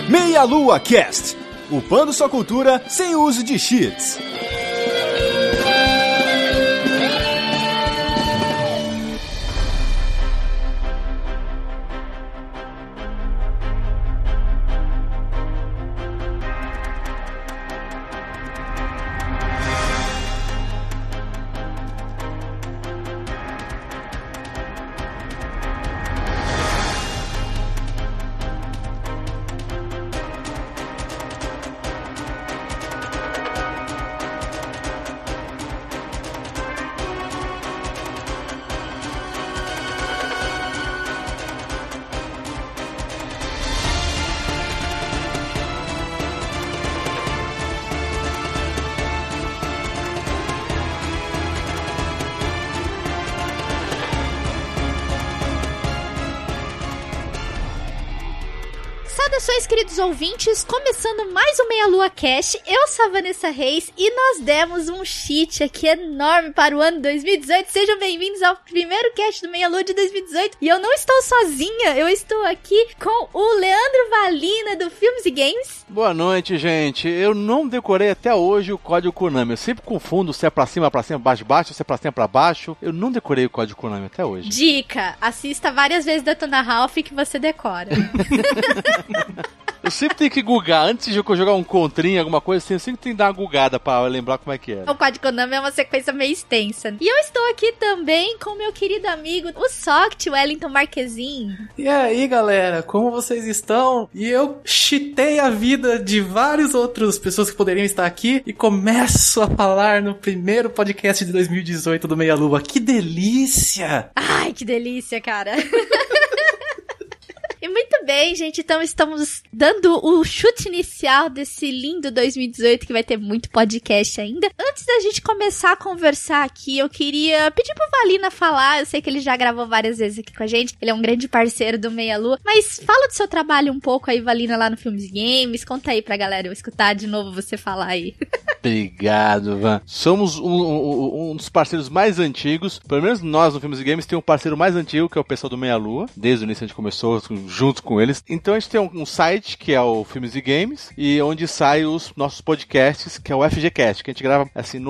Meia Lua Cast, upando sua cultura sem uso de cheats. Saudações, queridos ouvintes, começando mais um Meia Lua Cast. Eu sou a Vanessa Reis e nós demos um cheat aqui enorme para o ano 2018. Sejam bem-vindos ao primeiro cast do Meia Lua de 2018. E eu não estou sozinha, eu estou aqui com o Leandro Valina do Filmes e Games. Boa noite, gente. Eu não decorei até hoje o código Konami. Eu sempre confundo se é pra cima, baixo, baixo, se é pra cima, pra baixo. Eu não decorei o código Konami até hoje. Dica, assista várias vezes Detona Ralph que você decora. Eu sempre tenho que googar, antes de eu jogar um contrinho, alguma coisa assim, eu sempre tenho que dar uma googada pra lembrar como é que é. O Código Konami é uma sequência meio extensa. E eu estou aqui também com meu querido amigo, o Soct, Wellington Marquezin. E aí, galera, como vocês estão? E eu cheatei a vida de várias outras pessoas que poderiam estar aqui e começo a falar no primeiro podcast de 2018 do Meia Lua. Que delícia! Ai, que delícia, cara! E muito bem, gente, então estamos dando o chute inicial desse lindo 2018, que vai ter muito podcast ainda. Antes da gente começar a conversar aqui, eu queria pedir pro Valina falar, eu sei que ele já gravou várias vezes aqui com a gente, ele é um grande parceiro do Meia Lua, mas fala do seu trabalho um pouco aí, Valina, lá no Filmes e Games, conta aí pra galera eu escutar de novo você falar aí. Obrigado, Van. Somos um dos parceiros mais antigos, pelo menos nós no Filmes e Games tem um parceiro mais antigo, que é o pessoal do Meia Lua, desde o início a gente começou junto com eles. Então a gente tem um site que é o Filmes e Games, e onde saem os nossos podcasts, que é o FGCast, que a gente grava assim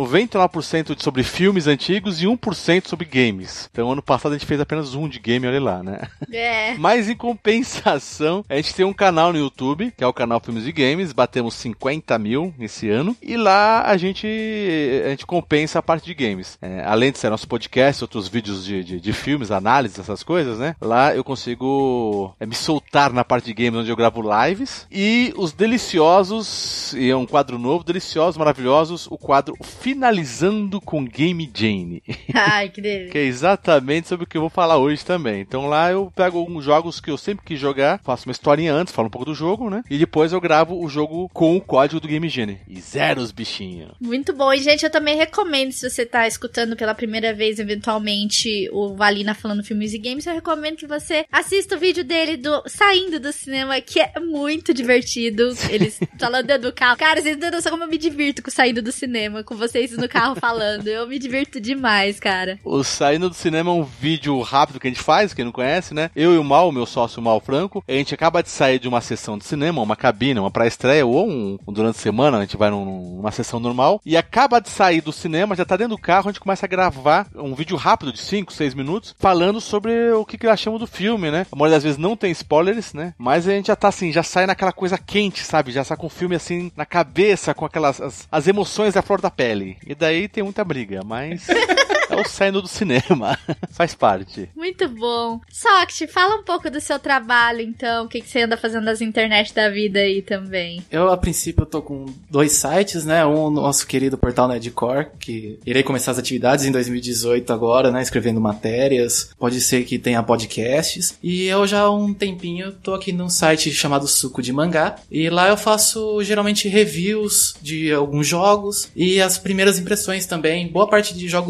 99% sobre filmes antigos e 1% sobre games. Então ano passado a gente fez apenas um de game, olha lá, né? É. Mas em compensação, a gente tem um canal no YouTube, que é o canal Filmes e Games, batemos 50 mil esse ano, e lá a gente compensa a parte de games. Além de ser nosso podcast, outros vídeos de filmes, análises, essas coisas, né? Lá eu consigo me soltar na parte de games, onde eu gravo lives. E os deliciosos, e é um quadro novo, deliciosos, maravilhosos, o quadro Finalizando com Game Jane. Ai, que delícia. Que é exatamente sobre o que eu vou falar hoje também. Então lá eu pego alguns jogos que eu sempre quis jogar, faço uma historinha antes, falo um pouco do jogo, né? E depois eu gravo o jogo com o código do Game Jane. E zero os bichinhos. Muito bom. E, gente, eu também recomendo, se você tá escutando pela primeira vez, eventualmente, o Valina falando Filmes e Games, eu recomendo que você assista o vídeo dele saindo do cinema, que é muito divertido. Eles falando dentro do carro. Cara, vocês não sabem como eu me divirto com saindo do cinema, com vocês no carro falando. Eu me divirto demais, cara. O Saindo do Cinema é um vídeo rápido que a gente faz, quem não conhece, né? Eu e o Mal, meu sócio Mal Franco, a gente acaba de sair de uma sessão de cinema, uma cabine, uma pré-estreia, ou durante a semana, a gente vai numa sessão normal, e acaba de sair do cinema, já tá dentro do carro, a gente começa a gravar um vídeo rápido de 5, 6 minutos, falando sobre o que achamos do filme, né? A maioria das vezes não tem spoilers, né? Mas a gente já tá assim, já sai naquela coisa quente, sabe? Já sai com o filme assim na cabeça, com aquelas as emoções da flor da pele. E daí tem muita briga, mas é o Saindo do Cinema. Faz parte. Muito bom. Soct, fala um pouco do seu trabalho, então. O que você anda fazendo nas internet da vida aí também? A princípio, eu tô com 2 sites, né? Um, nosso querido portal Nerdcore, que irei começar as atividades em 2018 agora, né? Escrevendo matérias. Pode ser que tenha podcasts. E eu já há um tempinho tô aqui num site chamado Suco de Mangá. E lá eu faço, geralmente, reviews de alguns jogos. E as primeiras impressões também. Boa parte de jogos indies.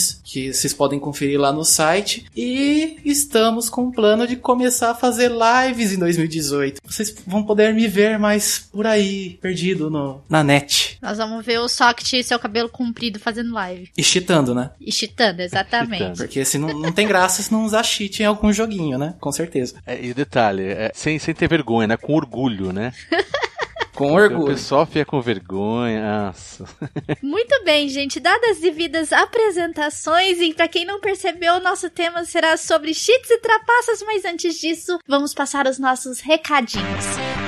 cheats que vocês podem conferir lá no site. E estamos com um plano de começar a fazer lives em 2018. Vocês vão poder me ver mais por aí, perdido na net. Nós vamos ver o Socket e seu cabelo comprido fazendo live. E cheatando, né? E cheatando, exatamente. Porque assim, não tem graça se não usar cheat em algum joguinho, né? Com certeza. E detalhe, sem ter vergonha, né? Com orgulho, né? Com orgulho. O pessoal fica com vergonha. Nossa. Muito bem, gente. Dadas as devidas apresentações, e pra quem não percebeu, o nosso tema será sobre cheats e trapaças, mas antes disso, vamos passar os nossos recadinhos.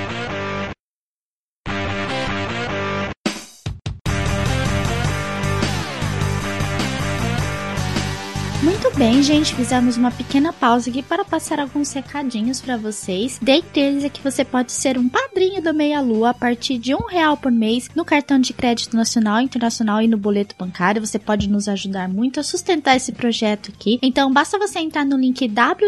Muito bem, gente, fizemos uma pequena pausa aqui para passar alguns recadinhos para vocês. Dentre eles é que você pode ser um padrinho do Meia Lua a partir de R$1 por mês no cartão de crédito nacional, internacional e no boleto bancário. Você pode nos ajudar muito a sustentar esse projeto aqui. Então, basta você entrar no link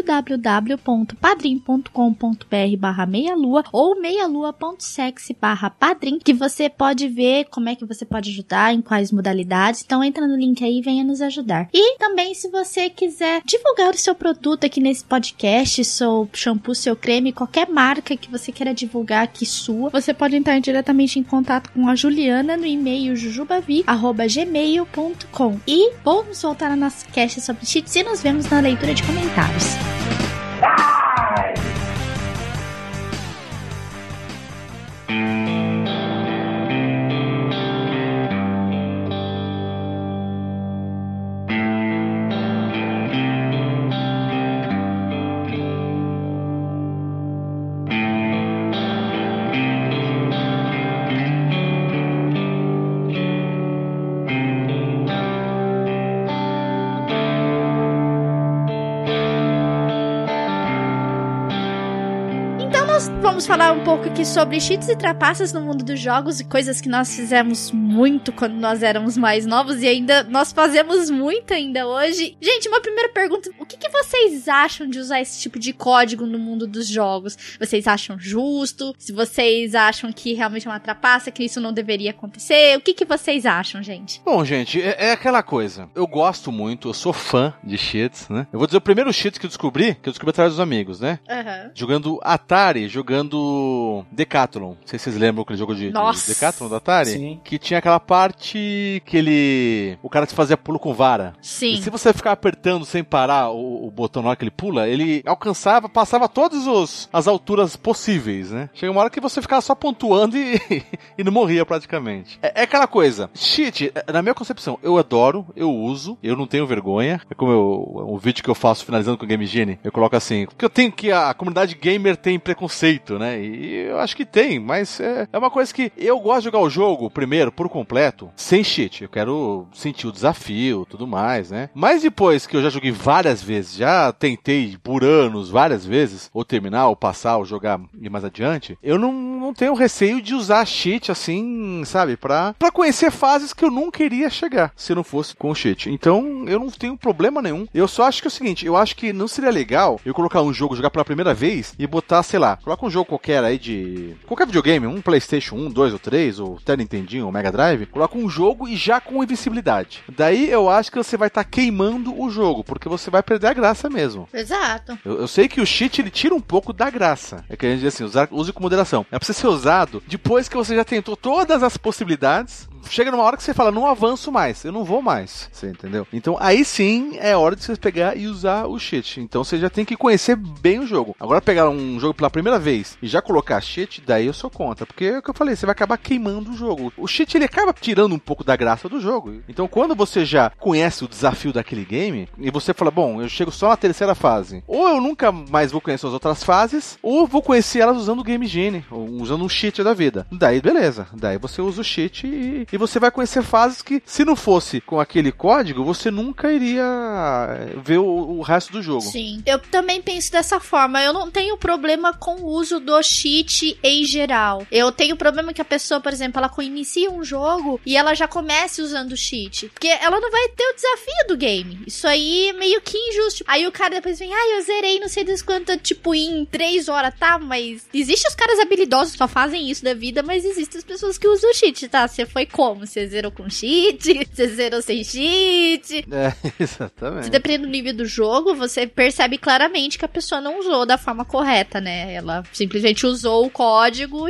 www.padrim.com.br/meialua ou meialua.sexy/padrim, que você pode ver como é que você pode ajudar, em quais modalidades. Então, entra no link aí e venha nos ajudar. E também, se você quiser divulgar o seu produto aqui nesse podcast, seu shampoo, seu creme, qualquer marca que você queira divulgar aqui sua, você pode entrar diretamente em contato com a Juliana no e-mail jujubavi@gmail.com. E vamos voltar a nossa cast sobre cheats e nos vemos na leitura de comentários. Vamos falar um pouco aqui sobre cheats e trapaças no mundo dos jogos e coisas que nós fizemos muito quando nós éramos mais novos e ainda nós fazemos muito ainda hoje. Gente, uma primeira pergunta, o que vocês acham de usar esse tipo de código no mundo dos jogos? Vocês acham justo? Se vocês acham que realmente é uma trapaça, que isso não deveria acontecer? O que vocês acham, gente? Bom, gente, é aquela coisa. Eu gosto muito, eu sou fã de cheats, né? Eu vou dizer o primeiro cheat que eu descobri através dos amigos, né? Uhum. Jogando Atari, jogando Decathlon. Não sei se vocês lembram aquele jogo de Decathlon do Atari. Sim. Que tinha aquela parte que o cara se fazia pulo com vara. Sim. E se você ficar apertando sem parar o botão na hora que ele pula, ele passava todas as alturas possíveis, né? Chega uma hora que você ficava só pontuando e não morria praticamente. É aquela coisa. Cheat, na minha concepção, eu adoro, eu uso, eu não tenho vergonha. É como um vídeo que eu faço finalizando com o Game Genie, eu coloco assim, porque eu tenho que a comunidade gamer tem preconceito, né? E eu acho que tem, mas é uma coisa que eu gosto de jogar o jogo, primeiro, por completo, sem cheat. Eu quero sentir o desafio, tudo mais, né? Mas depois que eu já joguei várias vezes, já tentei por anos, várias vezes, ou terminar, ou passar, ou jogar e mais adiante, eu não tenho receio de usar cheat, assim, sabe? Pra conhecer fases que eu nunca iria chegar, se não fosse com cheat. Então, eu não tenho problema nenhum. Eu só acho que é o seguinte, eu acho que não seria legal eu colocar um jogo, jogar pela primeira vez e botar, sei lá, coloca um jogo qualquer aí de qualquer videogame, um PlayStation 1, 2 ou 3, ou até Nintendinho, ou Mega Drive, coloca um jogo e já com invencibilidade. Daí eu acho que você vai estar queimando o jogo, porque você vai perder a graça mesmo. Exato. Eu sei que o cheat, ele tira um pouco da graça. É que a gente diz assim, use com moderação. É pra ser usado depois que você já tentou todas as possibilidades. Chega numa hora que você fala, não avanço mais, eu não vou mais, você entendeu? Então aí sim é hora de você pegar e usar o cheat. Então você já tem que conhecer bem o jogo. Agora pegar um jogo pela primeira vez e já colocar cheat, daí eu sou contra, porque é o que eu falei, você vai acabar queimando o jogo. O cheat, ele acaba tirando um pouco da graça do jogo. Então quando você já conhece o desafio daquele game, e você fala, bom, eu chego só na terceira fase, ou eu nunca mais vou conhecer as outras fases, ou vou conhecer elas usando o Game Genie, ou usando um cheat da vida. Daí beleza, daí você usa o cheat e você vai conhecer fases que, se não fosse com aquele código, você nunca iria ver o resto do jogo. Sim, eu também penso dessa forma. Eu não tenho problema com o uso do cheat em geral. Eu tenho problema que a pessoa, por exemplo, ela inicia um jogo e ela já comece usando o cheat, porque ela não vai ter o desafio do game. Isso aí é meio que injusto. Aí o cara depois vem, eu zerei não sei das quantas, tipo, em 3 horas, tá? Mas existem os caras habilidosos que só fazem isso da vida, mas existem as pessoas que usam o cheat, tá? Você foi contra como? Você zerou com cheat? Você zerou sem cheat? Exatamente. Dependendo do nível do jogo, você percebe claramente que a pessoa não usou da forma correta, né? Ela simplesmente usou o código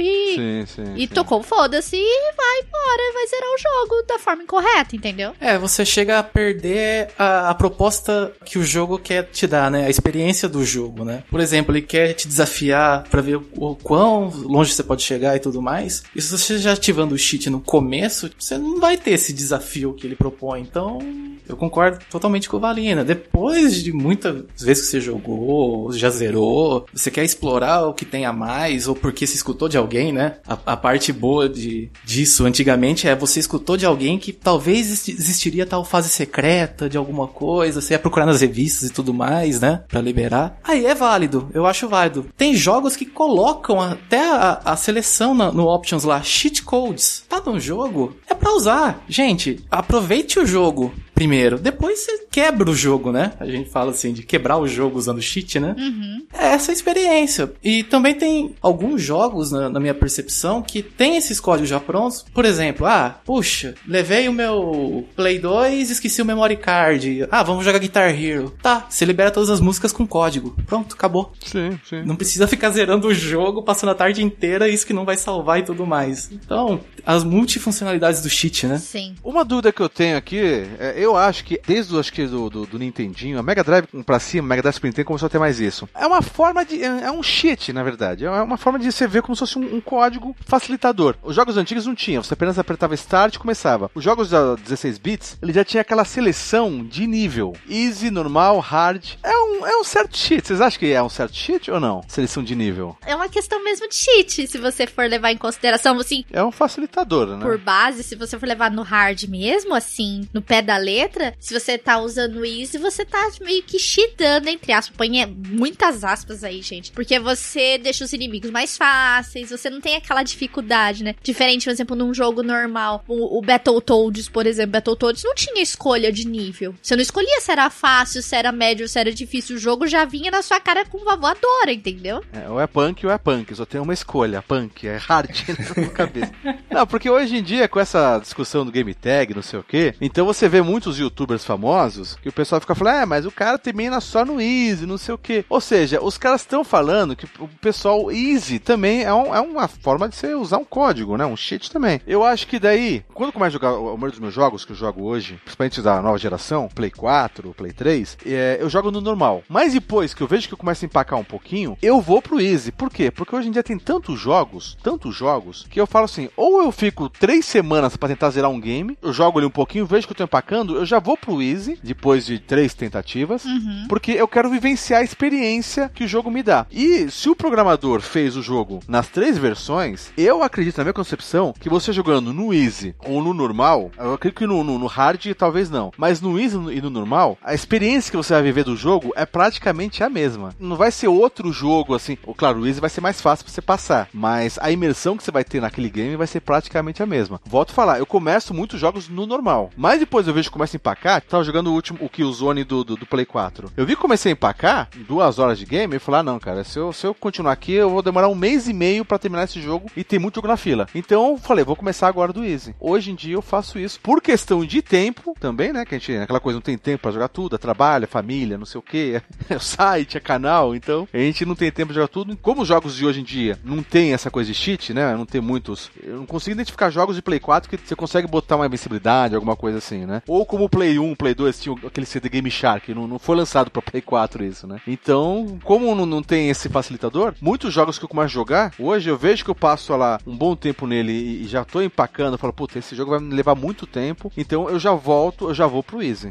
e tocou foda-se e vai embora, vai zerar o jogo da forma incorreta, entendeu? Você chega a perder a proposta que o jogo quer te dar, né? A experiência do jogo, né? Por exemplo, ele quer te desafiar pra ver o quão longe você pode chegar e tudo mais. E se você já ativando o cheat no começo, você não vai ter esse desafio que ele propõe. Então, eu concordo totalmente com o Valina. Depois de muitas vezes que você jogou, já zerou, você quer explorar o que tem a mais, ou porque se escutou de alguém, né? A parte boa disso, antigamente, você escutou de alguém que talvez existiria tal fase secreta de alguma coisa, você ia procurar nas revistas e tudo mais, né? Pra liberar. Aí é válido, eu acho válido. Tem jogos que colocam até a seleção no options lá, cheat codes. Tá no jogo, é pra usar. Gente, aproveite o jogo primeiro, depois você quebra o jogo, né? A gente fala assim, de quebrar o jogo usando cheat, né? Uhum. É essa a experiência. E também tem alguns jogos, na minha percepção, que tem esses códigos já prontos. Por exemplo, puxa, levei o meu Play 2, esqueci o memory card. Vamos jogar Guitar Hero. Tá, você libera todas as músicas com código. Pronto, acabou. Sim. Não precisa ficar zerando o jogo, passando a tarde inteira, isso que não vai salvar e tudo mais. Então, as multifuncionalidades do cheat, né? Sim. Uma dúvida que eu tenho aqui, eu acho que desde do Nintendinho, a Mega Drive pra cima, a Mega Drive Super Nintendo começou a ter mais isso. É uma forma de... É um cheat, na verdade. É uma forma de você ver como se fosse um código facilitador. Os jogos antigos não tinham. Você apenas apertava Start e começava. Os jogos da 16 bits, ele já tinha aquela seleção de nível. Easy, normal, hard. É um certo cheat. Vocês acham que é um certo cheat ou não? Seleção de nível. É uma questão mesmo de cheat, se você for levar em consideração, assim... É um facilitador, né? Por base, se você for levar no hard mesmo, assim, no pé da letra, se você tá usando o easy, você tá meio que cheatando, entre aspas. Põe muitas aspas aí, gente. Porque você deixa os inimigos mais fáceis, você não tem aquela dificuldade, né? Diferente, por exemplo, num jogo normal. O Battletoads, por exemplo. Battletoads não tinha escolha de nível. Você não escolhia se era fácil, se era médio, se era difícil. O jogo já vinha na sua cara com uma voadora, entendeu? Ou é punk ou é punk. Só tem uma escolha. Punk, é hard na cabeça. Não, porque hoje em dia, com essa discussão do game tag, não sei o quê, então você vê muitos youtubers famosos que o pessoal fica falando, mas o cara termina só no easy, não sei o quê. Ou seja, os caras estão falando que o pessoal easy também é uma forma de você usar um código, né? Um cheat também. Eu acho que daí, quando eu começo a jogar a maioria dos meus jogos que eu jogo hoje, principalmente da nova geração, Play 4, Play 3, eu jogo no normal. Mas depois que eu vejo que eu começo a empacar um pouquinho, eu vou pro easy. Por quê? Porque hoje em dia tem tantos jogos, que eu falo assim, ou eu fico 3 semanas pra tentar zerar um game, eu jogo ali um pouquinho, vejo que eu tô empacando, eu já vou pro easy, depois de 3 tentativas, porque eu quero vivenciar a experiência que o jogo me dá. E se o programador fez o jogo nas 3 versões, eu acredito, na minha concepção, que você jogando no easy ou no normal, eu acredito que no hard talvez não, mas no easy e no normal, a experiência que você vai viver do jogo é praticamente a mesma. Não vai ser outro jogo assim, claro, o easy vai ser mais fácil pra você passar, mas a imersão que você vai ter naquele game vai ser praticamente a mesma. Volto a falar, eu começo muitos jogos no normal, mas depois eu vejo que começa a empacar. Tava jogando o Killzone do Play 4. Eu vi que comecei a empacar 2 horas de game e falei, não, cara, se eu continuar aqui, eu vou demorar 1 mês e meio pra terminar esse jogo e tem muito jogo na fila. Então eu falei, vou começar agora do easy. Hoje em dia eu faço isso por questão de tempo também, né, que a gente, aquela coisa, não tem tempo pra jogar tudo, é trabalho, é família, não sei o que, é o site, é canal, então a gente não tem tempo pra jogar tudo. Como os jogos de hoje em dia não tem essa coisa de cheat, né, não tem muitos, eu não consigo identificar jogos de Play 4 que você consegue botar uma invencibilidade, alguma coisa assim, né, ou como o Play 1, Play 2 tinha aquele CD Game Shark, não foi lançado pra Play 4 isso, né, então como não tem esse facilitador, muitos jogos que eu começo a jogar, hoje eu vejo que eu passo lá um bom tempo nele e já tô empacando, eu falo, puta, esse jogo vai me levar muito tempo, então eu já vou pro easy,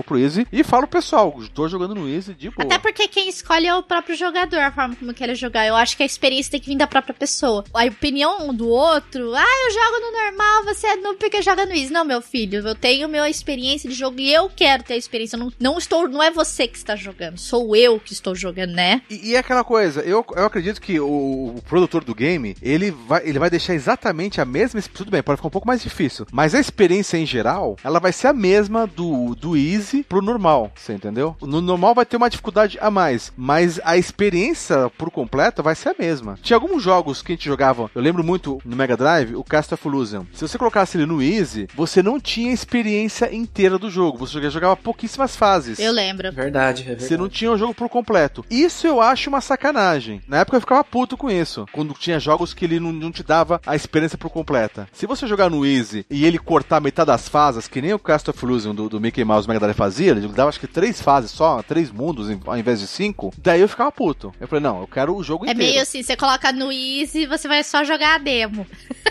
e falo pro pessoal, tô jogando no easy de boa. Até porque quem escolhe é o próprio jogador, a forma como quer jogar. Eu acho que a experiência tem que vir da própria pessoa. A opinião um do outro, eu jogo no normal, você é noob porque joga no easy. Não, meu filho, eu tenho minha experiência experiência de jogo e eu quero ter a experiência. Não é você que está jogando, sou eu que estou jogando, né? E é aquela coisa, eu acredito que o produtor do game, ele vai deixar exatamente a mesma... Tudo bem, pode ficar um pouco mais difícil, mas a experiência em geral, ela vai ser a mesma do easy pro normal, você entendeu? No normal vai ter uma dificuldade a mais, mas a experiência por completo vai ser a mesma. Tinha alguns jogos que a gente jogava, eu lembro muito no Mega Drive, o Castle of Illusion. Se você colocasse ele no easy, você não tinha a experiência inteira do jogo, você jogava pouquíssimas fases. Eu lembro. Verdade. Você não tinha o jogo por completo. Isso eu acho uma sacanagem. Na época eu ficava puto com isso, quando tinha jogos que ele não te dava a experiência por completa. Se você jogar no easy e ele cortar metade das fases, que nem o Castle of Illusion do Mickey Mouse Mega Drive fazia, ele dava acho que 3 fases só, 3 mundos ao invés de 5, daí eu ficava puto. Eu falei, não, eu quero o jogo inteiro. É meio assim, você coloca no easy e você vai só jogar a demo.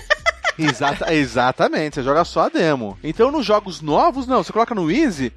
Exatamente, você joga só a demo. Então nos jogos novos, não, você coloca no easy,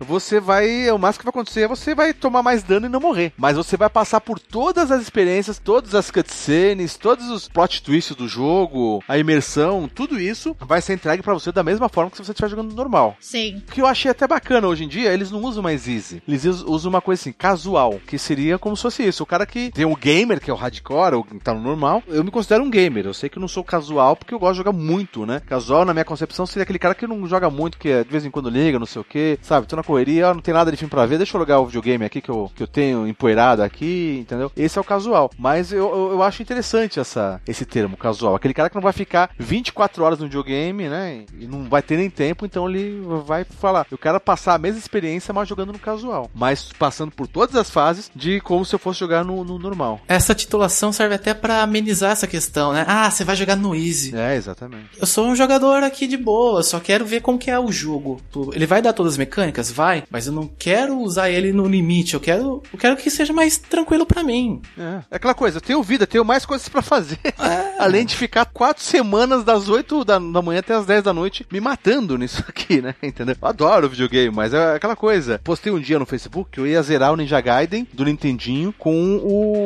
o máximo que vai acontecer é você vai tomar mais dano e não morrer. Mas você vai passar por todas as experiências, todas as cutscenes, todos os plot twists do jogo, a imersão, tudo isso vai ser entregue pra você da mesma forma que se você estiver jogando normal. Sim. O que eu achei até bacana hoje em dia, eles não usam mais easy. Eles usam uma coisa assim, casual, que seria como se fosse isso. O cara que tem o gamer, que é o hardcore, ou que tá no normal, eu me considero um gamer. Eu sei que eu não sou casual porque eu gosto de jogar muito, né? Casual, na minha concepção, seria aquele cara que não joga muito, que de vez em quando liga, não sei o que, sabe? Tô na correria, não tem nada de filme pra ver, deixa eu jogar o videogame aqui que eu tenho empoeirado aqui, entendeu? Esse é o casual. Mas eu acho interessante esse termo, casual. Aquele cara que não vai ficar 24 horas no videogame, né? E não vai ter nem tempo, então ele vai falar, eu quero passar a mesma experiência, mas jogando no casual. Mas passando por todas as fases de como se eu fosse jogar no normal. Essa titulação serve até pra amenizar essa questão, né? Ah, você vai jogar no easy. É, exatamente. Eu sou um jogador aqui de boa, só quero ver como que é o jogo. Ele vai dar todas as mecânicas? Vai, mas eu não quero usar ele no limite, eu quero que seja mais tranquilo pra mim. É aquela coisa, eu tenho vida, tenho mais coisas pra fazer. Além de ficar 4 semanas das 8 da manhã até as 10 da noite me matando nisso aqui, né? Entendeu? Eu adoro videogame, mas é aquela coisa. Postei um dia no Facebook que eu ia zerar o Ninja Gaiden do Nintendinho com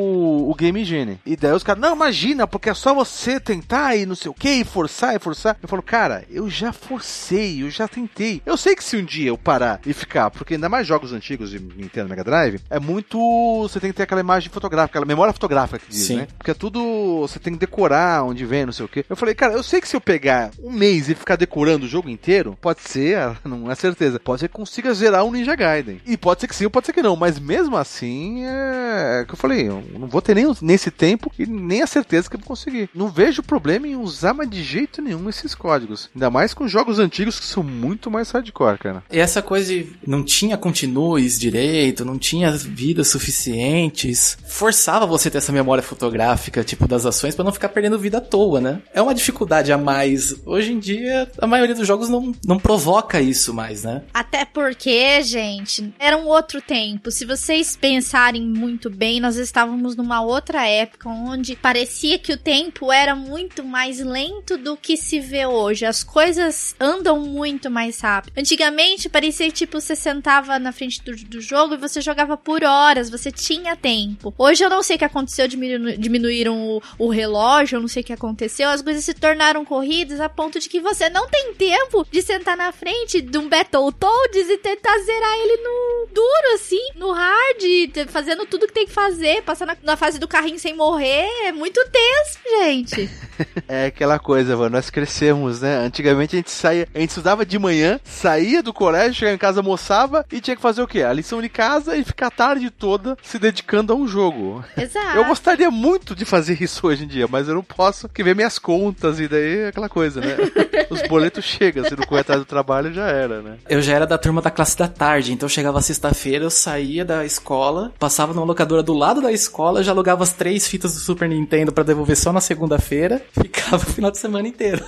o Game Genie. E daí os caras, não, imagina, porque é só você tentar e não sei o que, e forçar. Eu falo, cara, eu já forcei, eu já tentei. Eu sei que se um dia eu parar e ficar, porque ainda mais jogos antigos de Nintendo Mega Drive, é muito... Você tem que ter aquela imagem fotográfica, aquela memória fotográfica que diz, sim, né? Porque é tudo... Você tem que decorar onde vem, não sei o quê. Eu falei, cara, eu sei que se eu pegar um mês e ficar decorando o jogo inteiro, pode ser, não é certeza, pode ser que consiga zerar um Ninja Gaiden. E pode ser que sim, ou pode ser que não, mas mesmo assim, é que eu falei, eu não vou ter nem nesse tempo e nem a certeza que eu vou conseguir. Não vejo problema em usar, mas de jeito nenhum esses códigos. Ainda mais com jogos antigos que são muito mais hardcore, cara. E essa coisa de não tinha continues direito, não tinha vidas suficientes, forçava você ter essa memória fotográfica, tipo, das ações pra não ficar perdendo vida à toa, né? É uma dificuldade a mais. Hoje em dia, a maioria dos jogos não provoca isso mais, né? Até porque, gente, era um outro tempo. Se vocês pensarem muito bem, nós estávamos numa outra época onde parecia que o tempo era muito mais lento do que se vê hoje. As coisas andam muito mais rápido. Antigamente, parecia que, tipo, você sentava na frente do jogo e você jogava por horas, você tinha tempo. Hoje eu não sei o que aconteceu, diminuíram o relógio, eu não sei o que aconteceu, as coisas se tornaram corridas a ponto de que você não tem tempo de sentar na frente de um Battletoads e tentar zerar ele no duro, assim, no hard, fazendo tudo que tem que fazer, passando na fase do carrinho sem morrer. É muito tenso, gente. É aquela coisa, mano, nós crescemos, né? Antigamente a gente estudava de manhã, saía do colégio, chegava em casa, almoçava e tinha que fazer o quê? A lição de casa e ficar a tarde toda se dedicando a um jogo. Exato. Eu gostaria muito de fazer isso hoje em dia, mas eu não posso, porque ver minhas contas e daí é aquela coisa, né? Os boletos chegam, se não correr atrás do trabalho já era, né? Eu já era da turma da classe da tarde, então chegava sexta-feira, eu saía da escola, passava numa locadora do lado da escola, já alugava as 3 fitas do Super Nintendo pra devolver só na segunda-feira, ficava o final de semana inteiro.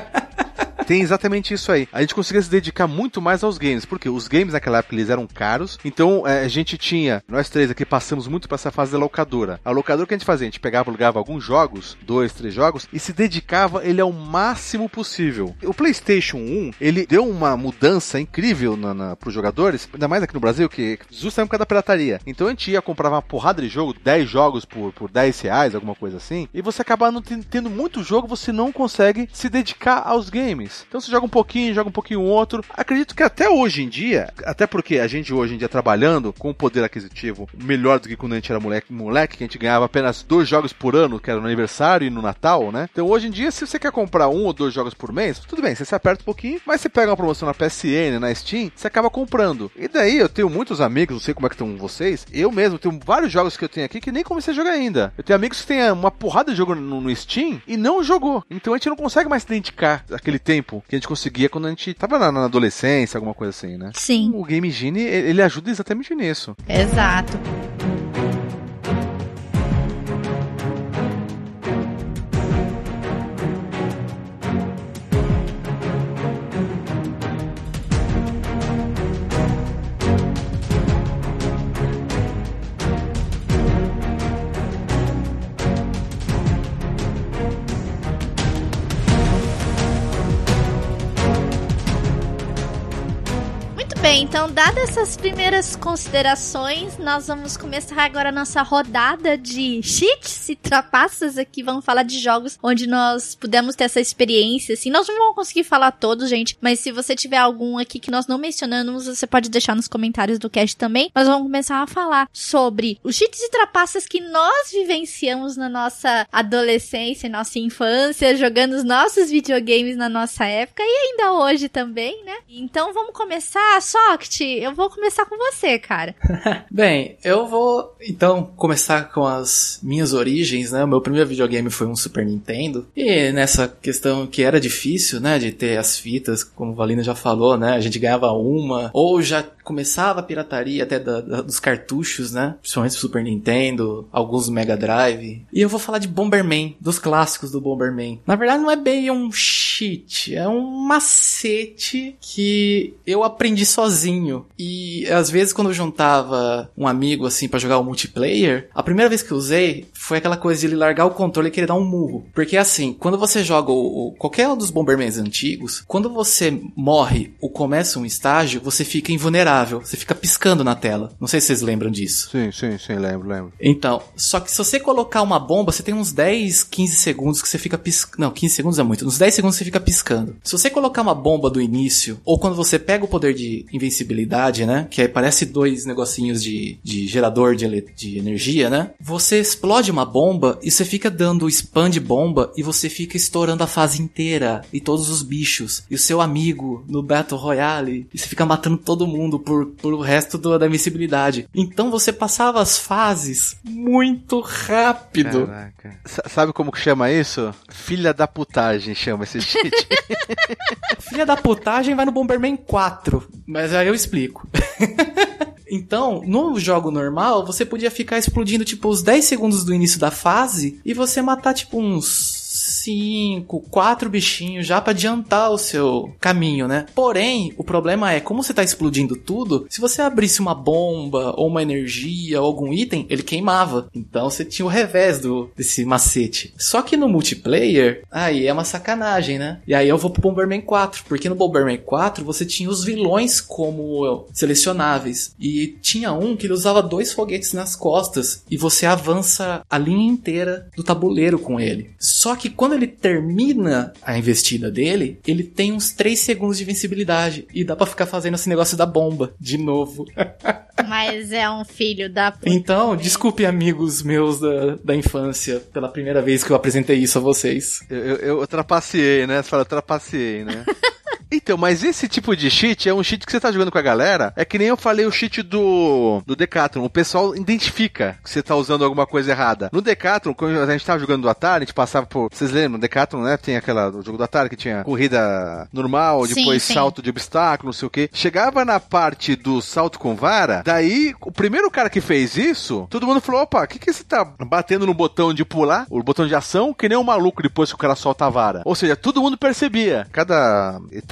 Tem exatamente isso aí. A gente conseguia se dedicar muito mais aos games, porque os games naquela época eles eram caros, então a gente tinha, nós 3 aqui passamos muito pra essa fase da locadora. A locadora que a gente fazia, a gente pegava, alugava alguns jogos, 2, 3 jogos, e se dedicava ele ao máximo possível. O PlayStation 1, ele deu uma mudança incrível pros jogadores, ainda mais aqui no Brasil, que justamente por causa da pirataria. Então a gente ia comprar uma porrada de jogo, 10 jogos por R$10, alguma coisa assim, e você acaba não tendo muito jogo, você não consegue se dedicar aos games. mais. Então você joga um pouquinho outro. Acredito que até hoje em dia, até porque a gente hoje em dia trabalhando com um poder aquisitivo melhor do que quando a gente era moleque, que a gente ganhava apenas 2 jogos por ano, que era no aniversário e no Natal, né? Então hoje em dia, se você quer comprar 1 ou 2 jogos por mês, tudo bem, você se aperta um pouquinho, mas você pega uma promoção na PSN, na Steam, você acaba comprando. E daí eu tenho muitos amigos, não sei como é que estão vocês, eu mesmo tenho vários jogos que eu tenho aqui que nem comecei a jogar ainda. Eu tenho amigos que têm uma porrada de jogo no Steam e não jogou. Então a gente não consegue mais identificar aquele tempo que a gente conseguia quando a gente tava na adolescência, alguma coisa assim, né? Sim. O Game Genie, ele ajuda exatamente nisso. Exato. Bem, então, dadas essas primeiras considerações, nós vamos começar agora a nossa rodada de cheats e trapaças aqui. Vamos falar de jogos onde nós pudemos ter essa experiência, assim. Nós não vamos conseguir falar todos, gente, mas se você tiver algum aqui que nós não mencionamos, você pode deixar nos comentários do cast também. Nós vamos começar a falar sobre os cheats e trapaças que nós vivenciamos na nossa adolescência, nossa infância, jogando os nossos videogames na nossa época e ainda hoje também, né? Então, vamos começar. Soct, eu vou começar com você, cara. Bem, eu vou então começar com as minhas origens, né? O meu primeiro videogame foi um Super Nintendo. E nessa questão que era difícil, né? De ter as fitas, como o Valina já falou, né? A gente ganhava uma, ou já começava a pirataria até dos cartuchos, né? Principalmente do Super Nintendo, alguns do Mega Drive. E eu vou falar de Bomberman, dos clássicos do Bomberman. Na verdade, não é bem um cheat, é um macete que eu aprendi sozinho. E às vezes quando eu juntava um amigo assim pra jogar o multiplayer, a primeira vez que eu usei foi aquela coisa de ele largar o controle e querer dar um murro. Porque assim, quando você joga qualquer um dos Bombermans antigos, quando você morre ou começa um estágio, você fica invulnerável. Você fica piscando na tela. Não sei se vocês lembram disso. Sim, lembro. Então, só que se você colocar uma bomba, você tem uns 10, 15 segundos que você fica piscando. Não, 15 segundos é muito. Uns 10 segundos você fica piscando. Se você colocar uma bomba do início, ou quando você pega o poder de invencibilidade, né? Que aí parece 2 negocinhos de gerador de energia, né? Você explode uma bomba e você fica dando spam de bomba e você fica estourando a fase inteira e todos os bichos. E o seu amigo no Battle Royale. E você fica matando todo mundo por o resto da invencibilidade. Então você passava as fases muito rápido. Caraca. Sabe como que chama isso? Filha da putagem chama esse cheat. Filha da putagem vai no Bomberman 4. Mas aí eu explico. Então, no jogo normal, você podia ficar explodindo, tipo, os 10 segundos do início da fase e você matar, tipo, uns 5, 4 bichinhos já pra adiantar o seu caminho, né? Porém, o problema é, como você tá explodindo tudo, se você abrisse uma bomba ou uma energia ou algum item, ele queimava. Então você tinha o revés desse macete. Só que no multiplayer, aí é uma sacanagem, né? E aí eu vou pro Bomberman 4, porque no Bomberman 4 você tinha os vilões como selecionáveis. E tinha um que ele usava 2 foguetes nas costas e você avança a linha inteira do tabuleiro com ele. Só que quando ele termina a investida dele, ele tem uns 3 segundos de invencibilidade. E dá pra ficar fazendo esse negócio da bomba de novo. Mas é um filho da puta. Então, desculpe amigos meus da infância, pela primeira vez que eu apresentei isso a vocês. Eu trapaceei, né? Você fala, trapaceei, né? Então, mas esse tipo de cheat é um cheat que você tá jogando com a galera, é que nem eu falei o cheat do Decathlon. O pessoal identifica que você tá usando alguma coisa errada. No Decathlon, quando a gente tava jogando do Atari, a gente passava por... Vocês lembram? No Decathlon, né? Tem o jogo do Atari que tinha corrida normal, depois sim. Salto de obstáculo, não sei o quê. Chegava na parte do salto com vara, daí, o primeiro cara que fez isso, todo mundo falou, opa, o que você tá batendo no botão de pular, o botão de ação, que nem um maluco depois que o cara solta a vara. Ou seja, todo mundo percebia. Cada etapa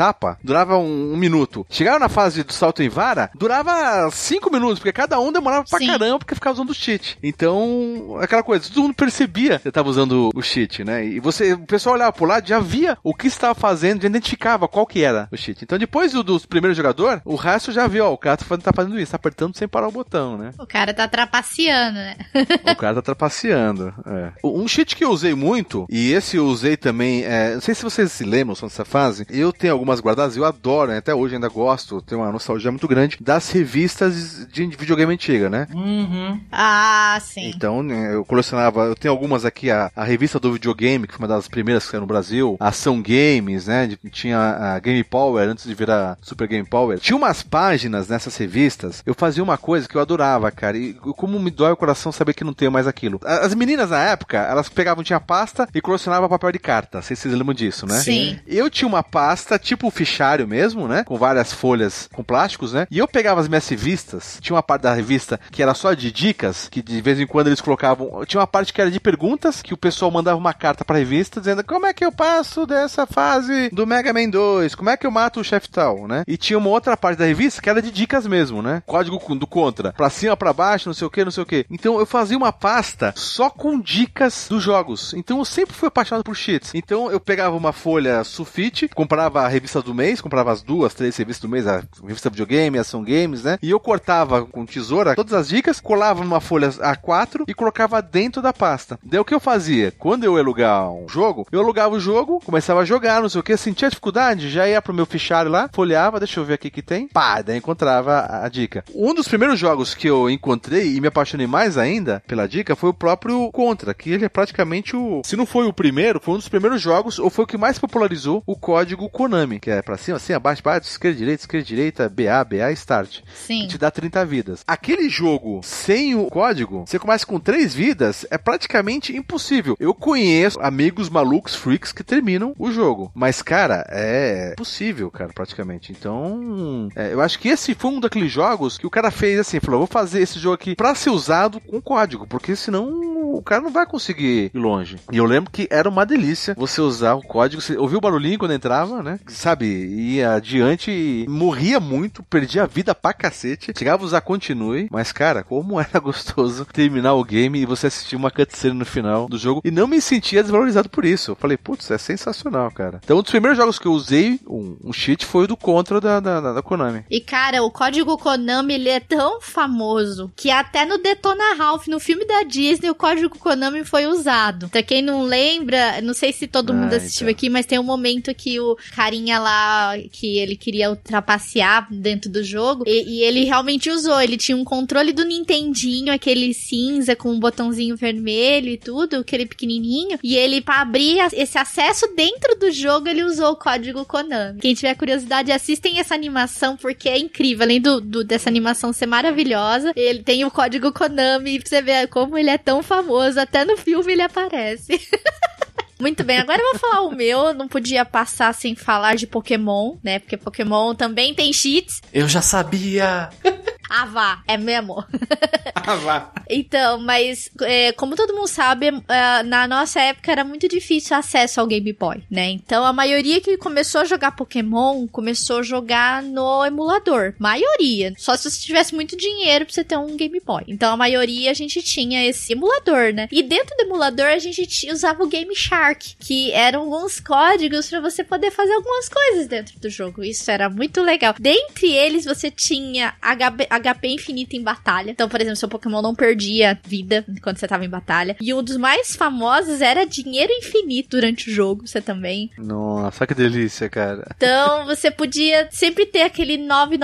etapa, durava um minuto. Chegava na fase do salto em vara, durava 5 minutos, porque cada um demorava pra caramba, porque ficava usando o cheat. Então, aquela coisa, todo mundo percebia que você tava usando o cheat, né? E o pessoal olhava pro lado, já via o que você tava fazendo, já identificava qual que era o cheat. Então, depois dos primeiros jogadores, o resto já viu, ó, o cara tá fazendo isso, tá apertando sem parar o botão, né? O cara tá trapaceando, né? O cara tá trapaceando, é. Um cheat que eu usei muito, e esse eu usei também, não sei se vocês se lembram dessa fase, eu tenho algumas guardadas, eu adoro, né? Até hoje ainda gosto, tenho uma nostalgia muito grande das revistas de videogame antiga, né? Uhum. Ah, sim. Então, eu colecionava, eu tenho algumas aqui, a revista do videogame, que foi uma das primeiras que saiu no Brasil, a Ação Games, né? Tinha a Game Power, antes de virar Super Game Power. Tinha umas páginas nessas revistas, eu fazia uma coisa que eu adorava, cara, e como me dói o coração saber que não tenho mais aquilo. As meninas na época, elas pegavam, tinha pasta e colecionavam papel de carta, não sei se vocês lembram disso, né? Sim. Eu tinha uma pasta, tipo fichário mesmo, né? Com várias folhas com plásticos, né? E eu pegava as minhas revistas, tinha uma parte da revista que era só de dicas, que de vez em quando eles colocavam, tinha uma parte que era de perguntas, que o pessoal mandava uma carta pra revista dizendo como é que eu passo dessa fase do Mega Man 2, como é que eu mato o chefe tal, né? E tinha uma outra parte da revista que era de dicas mesmo, né? Código do contra, pra cima, pra baixo, não sei o que, não sei o que. Então eu fazia uma pasta só com dicas dos jogos. Então eu sempre fui apaixonado por cheats. Então eu pegava uma folha sulfite, comprava a revista do mês, comprava as 2, 3 revistas do mês, a revista videogame, a Ação Games, né? E eu cortava com tesoura todas as dicas, colava numa folha A4 e colocava dentro da pasta. Daí o que eu fazia? Quando eu ia alugar um jogo, eu alugava o jogo, começava a jogar, não sei o que, sentia dificuldade, já ia pro meu fichário lá, folheava, deixa eu ver aqui que tem, pá, daí encontrava a dica. Um dos primeiros jogos que eu encontrei e me apaixonei mais ainda pela dica foi o próprio Contra, que ele é praticamente se não foi o primeiro, foi um dos primeiros jogos, ou foi o que mais popularizou o código Konami, que é pra cima, assim, abaixo, baixo, esquerda, direita, BA, Start. Sim. Que te dá 30 vidas. Aquele jogo sem o código, você começa com 3 vidas, é praticamente impossível. Eu conheço amigos malucos, freaks, que terminam o jogo. Mas, cara, é possível, cara, praticamente. Então, eu acho que esse foi um daqueles jogos que o cara fez assim, falou, vou fazer esse jogo aqui pra ser usado com código, porque senão o cara não vai conseguir ir longe. E eu lembro que era uma delícia você usar o código, você ouvia o barulhinho quando entrava, né? Sabe, ia adiante e morria muito, perdia a vida pra cacete. Chegava a usar continue, mas cara, como era gostoso terminar o game e você assistir uma cutscene no final do jogo e não me sentia desvalorizado por isso. Eu falei, putz, é sensacional, cara. Então, um dos primeiros jogos que eu usei um cheat foi o do Contra da Konami. E cara, o código Konami, ele é tão famoso que até no Detona Ralph, no filme da Disney, o código Konami foi usado. Pra quem não lembra, não sei se todo mundo assistiu aqui, mas tem um momento que o carinha lá, que ele queria trapacear dentro do jogo, e ele realmente usou. Ele tinha um controle do Nintendinho, aquele cinza com um botãozinho vermelho e tudo, aquele pequenininho, e ele, pra abrir esse acesso dentro do jogo, ele usou o código Konami. Quem tiver curiosidade, assistem essa animação, porque é incrível. Além dessa animação ser maravilhosa, ele tem o código Konami, pra você ver como ele é tão famoso, até no filme ele aparece. Muito bem, agora eu vou falar o meu. Não podia passar sem falar de Pokémon, né? Porque Pokémon também tem cheats. Eu já sabia! Ah, vá, é mesmo. Ah, vá. Então, mas como todo mundo sabe, na nossa época era muito difícil acesso ao Game Boy, né? Então a maioria que começou a jogar Pokémon começou a jogar no emulador. Maioria. Só se você tivesse muito dinheiro pra você ter um Game Boy. Então a maioria a gente tinha esse emulador, né? E dentro do emulador a gente usava o Game Shark, que eram alguns códigos pra você poder fazer algumas coisas dentro do jogo. Isso era muito legal. Dentre eles você tinha HP infinito em batalha. Então, por exemplo, seu Pokémon não perdia vida quando você tava em batalha. E um dos mais famosos era dinheiro infinito durante o jogo, você também. Nossa, que delícia, cara. Então, você podia sempre ter aquele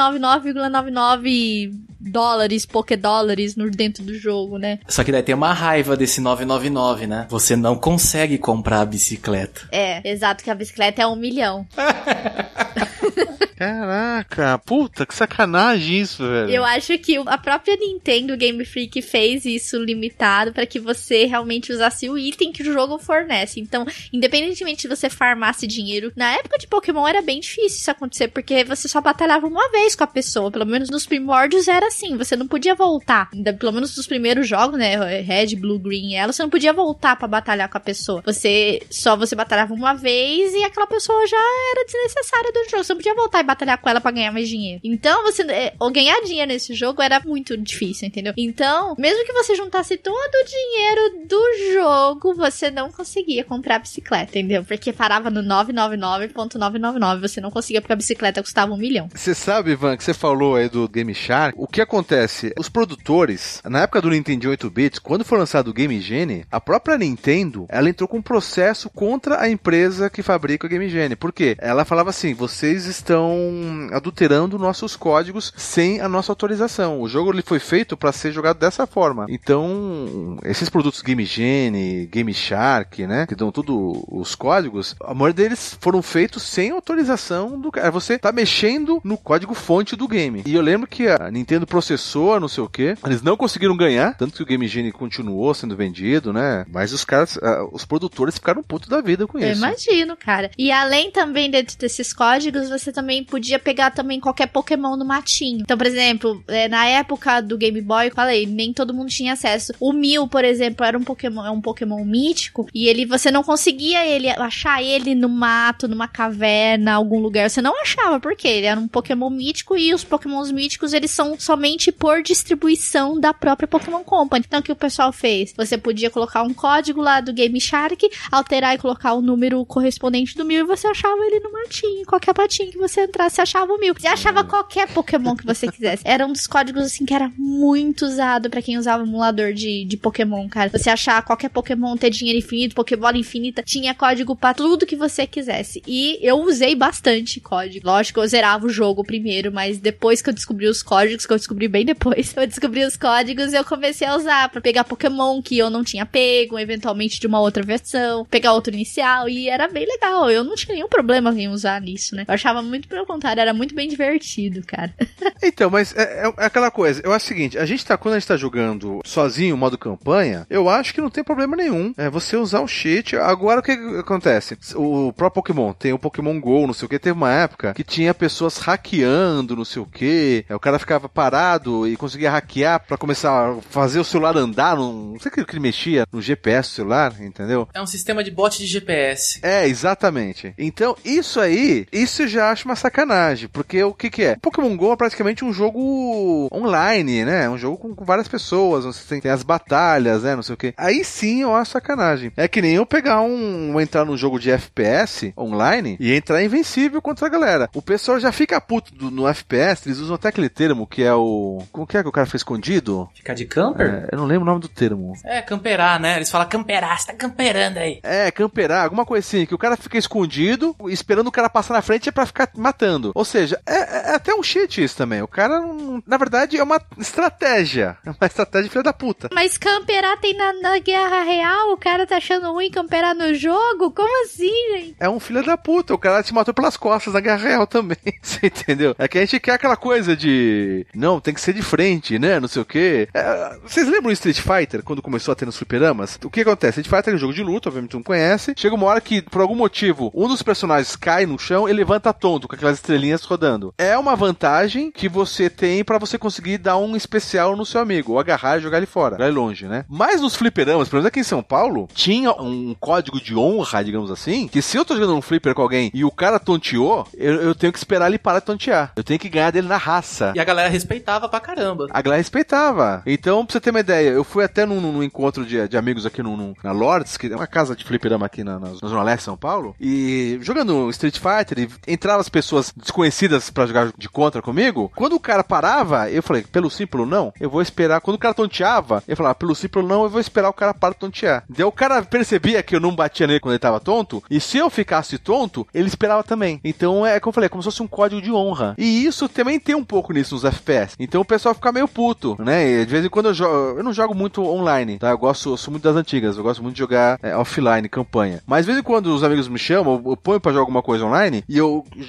999,99 dólares, Pokédólares dentro do jogo, né? Só que daí tem uma raiva desse 999, né? Você não consegue comprar a bicicleta. É, exato, que a bicicleta é 1 milhão. Caraca, puta, que sacanagem isso, velho. Eu acho que a própria Nintendo Game Freak fez isso limitado pra que você realmente usasse o item que o jogo fornece. Então, independentemente de você farmasse dinheiro, na época de Pokémon era bem difícil isso acontecer, porque você só batalhava uma vez com a pessoa. Pelo menos nos primórdios era assim, você não podia voltar. Pelo menos nos primeiros jogos, né, Red, Blue, Green e Yellow, você não podia voltar pra batalhar com a pessoa. Você batalhava uma vez e aquela pessoa já era desnecessária do jogo. Você não podia voltar e batalhar com ela pra ganhar mais dinheiro. Então, ganhar dinheiro nesse jogo era muito difícil, entendeu? Então, mesmo que você juntasse todo o dinheiro do jogo, você não conseguia comprar a bicicleta, entendeu? Porque parava no 999.999, você não conseguia porque a bicicleta custava 1 milhão. Você sabe, Ivan, que você falou aí do Game Shark, o que acontece? Os produtores, na época do Nintendo 8-bits, quando foi lançado o Game Genie, a própria Nintendo, ela entrou com um processo contra a empresa que fabrica o Game Genie. Por quê? Ela falava assim, vocês estão adulterando nossos códigos sem a nossa autorização. O jogo ele foi feito para ser jogado dessa forma. Então, esses produtos Game Genie, Game Shark, né, que dão tudo os códigos, a maioria deles foram feitos sem autorização do cara. Você tá mexendo no código fonte do game. E eu lembro que a Nintendo processou, não sei o que, eles não conseguiram ganhar, tanto que o Game Genie continuou sendo vendido, né, mas os caras, os produtores ficaram putos da vida com isso. Eu imagino, cara. E além também desses códigos, você também podia pegar também qualquer Pokémon no matinho. Então, por exemplo, na época do Game Boy, eu falei, nem todo mundo tinha acesso. O Mew, por exemplo, era um Pokémon mítico, e você não conseguia achar ele no mato, numa caverna, algum lugar. Você não achava, porque ele era um Pokémon mítico, e os Pokémons míticos, eles são somente por distribuição da própria Pokémon Company. Então, o que o pessoal fez? Você podia colocar um código lá do Game Shark, alterar e colocar o número correspondente do Mew, e você achava ele no matinho. Qualquer patinho que você entrasse, você achava o Mew. Você achava qualquer Pokémon que você quisesse. Era um dos códigos, assim, que era muito usado pra quem usava emulador de Pokémon, cara. Você achar qualquer Pokémon, ter dinheiro infinito, Pokébola infinita, tinha código pra tudo que você quisesse. E eu usei bastante código. Lógico, eu zerava o jogo primeiro, mas depois que eu descobri os códigos, que eu descobri bem depois, eu descobri os códigos e eu comecei a usar pra pegar Pokémon que eu não tinha pego, eventualmente de uma outra versão, pegar outro inicial, e era bem legal. Eu não tinha nenhum problema em usar nisso, né? Eu achava muito pelo contrário, era muito bem divertido, cara. Então, mas é aquela coisa, eu acho o seguinte, quando a gente tá jogando sozinho, modo campanha, eu acho que não tem problema nenhum você usar o cheat. Agora, o que acontece? O próprio Pokémon, tem o Pokémon GO, não sei o que, teve uma época que tinha pessoas hackeando, não sei o que, o cara ficava parado e conseguia hackear pra começar a fazer o celular andar, não sei o que ele mexia no GPS do celular, entendeu? É um sistema de bot de GPS. É, exatamente. Então, isso eu já acho uma sacanagem, porque o que é? Pokémon GO é praticamente um jogo online, né? Um jogo com várias pessoas, você tem as batalhas, né? Não sei o que. Aí sim eu acho sacanagem. É que nem eu pegar entrar num jogo de FPS online e entrar invencível contra a galera. O pessoal já fica puto no FPS, eles usam até aquele termo que é o... Como que é que o cara foi escondido? Ficar de camper? Eu não lembro o nome do termo. Camperar, né? Eles falam camperar, você tá camperando aí. Camperar, alguma coisa assim, que o cara fica escondido, esperando o cara passar na frente pra ficar matando. Ou seja, é até um cheat isso também. O cara, na verdade, é uma estratégia. É uma estratégia filha da puta. Mas camperar tem na guerra real? O cara tá achando ruim camperar no jogo? Como assim, gente? É um filho da puta. O cara te matou pelas costas na guerra real também. Você entendeu? É que a gente quer aquela coisa de... Não, tem que ser de frente, né? Não sei o quê. Vocês lembram do Street Fighter, quando começou a ter nos fliperamas? O que acontece? Street Fighter é um jogo de luta, obviamente tu não conhece. Chega uma hora que, por algum motivo, um dos personagens cai no chão e levanta tonto, com aquelas estrelinhas rodando. É uma vantagem que você tem pra você conseguir dar um especial no seu amigo, ou agarrar e jogar ele fora, jogar ele longe, né? Mas nos fliperamas, pelo menos aqui em São Paulo, tinha um código de honra, digamos assim, que se eu tô jogando um flipper com alguém e o cara tonteou, eu tenho que esperar ele parar de tontear. Eu tenho que ganhar dele na raça. E a galera respeitava pra caramba. A galera respeitava. Então, pra você ter uma ideia, eu fui até num encontro de amigos aqui na Lords, que é uma casa de fliperama aqui na Zona Leste de São Paulo, e jogando Street Fighter, e entravam as pessoas desconhecidas pra jogar de contra comigo. Quando o cara parava, eu falei, pelo sim, pelo não, eu vou esperar. Quando o cara tonteava, eu falava, pelo sim, pelo não, eu vou esperar o cara parar de tontear. Daí o cara percebia que eu não batia nele quando ele tava tonto, e se eu ficasse tonto, ele esperava também. Então, como eu falei, é como se fosse um código de honra. E isso também tem um pouco nisso nos FPS. Então o pessoal fica meio puto, né? E de vez em quando eu não jogo muito online, tá? Eu sou muito das antigas, eu gosto muito de jogar offline, campanha. Mas de vez em quando os amigos me chamam, eu ponho pra jogar alguma coisa online, e eu uso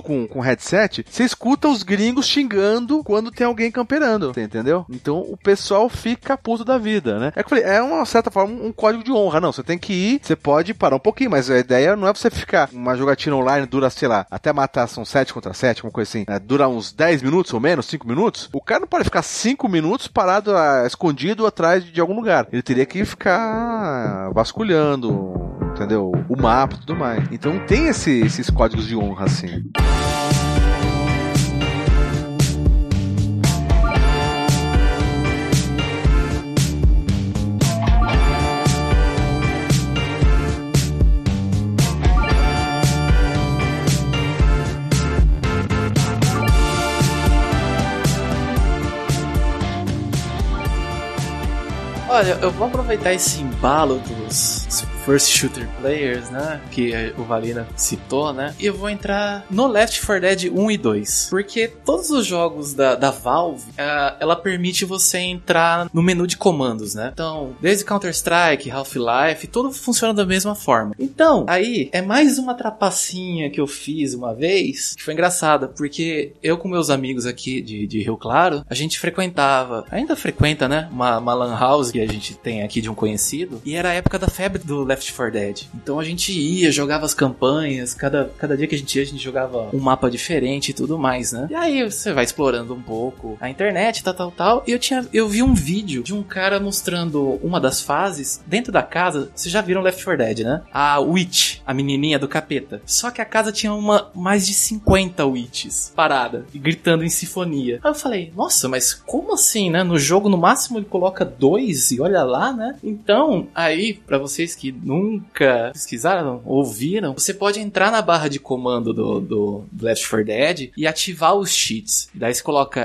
com headset, você escuta os gringos xingando quando tem alguém camperando, entendeu? Então o pessoal fica puto da vida, né? É que eu falei, é uma certa forma um código de honra, não, você tem que ir, você pode parar um pouquinho, mas a ideia não é você ficar, uma jogatina online dura, sei lá, até matar são 7 contra 7, uma coisa assim, dura uns 10 minutos ou menos, 5 minutos, o cara não pode ficar 5 minutos parado, escondido atrás de algum lugar, ele teria que ficar vasculhando, entendeu? O mapa e tudo mais. Então tem esses códigos de honra, assim. Olha, eu vou aproveitar esse embalo dos First Shooter Players, né, que o Valina citou, né, e eu vou entrar no Left 4 Dead 1 e 2, porque todos os jogos da Valve, ela permite você entrar no menu de comandos, né, então, desde Counter-Strike, Half-Life, tudo funciona da mesma forma. Então, aí, é mais uma trapacinha que eu fiz uma vez, que foi engraçada, porque eu com meus amigos aqui de Rio Claro, a gente frequentava, ainda frequenta, né, uma lan house que a gente tem aqui de um conhecido, e era a época da febre do Left 4 Dead. Então a gente ia, jogava as campanhas, cada dia que a gente jogava um mapa diferente e tudo mais, né? E aí você vai explorando um pouco a internet, tal, e eu vi um vídeo de um cara mostrando uma das fases dentro da casa. Vocês já viram Left 4 Dead, né? A Witch, a menininha do capeta. Só que a casa tinha mais de 50 Witches parada e gritando em sinfonia. Aí eu falei, nossa, mas como assim, né? No jogo, no máximo, ele coloca 2 e olha lá, né? Então, aí, pra vocês que nunca pesquisaram, ouviram, você pode entrar na barra de comando do Left 4 Dead e ativar os cheats. Daí você coloca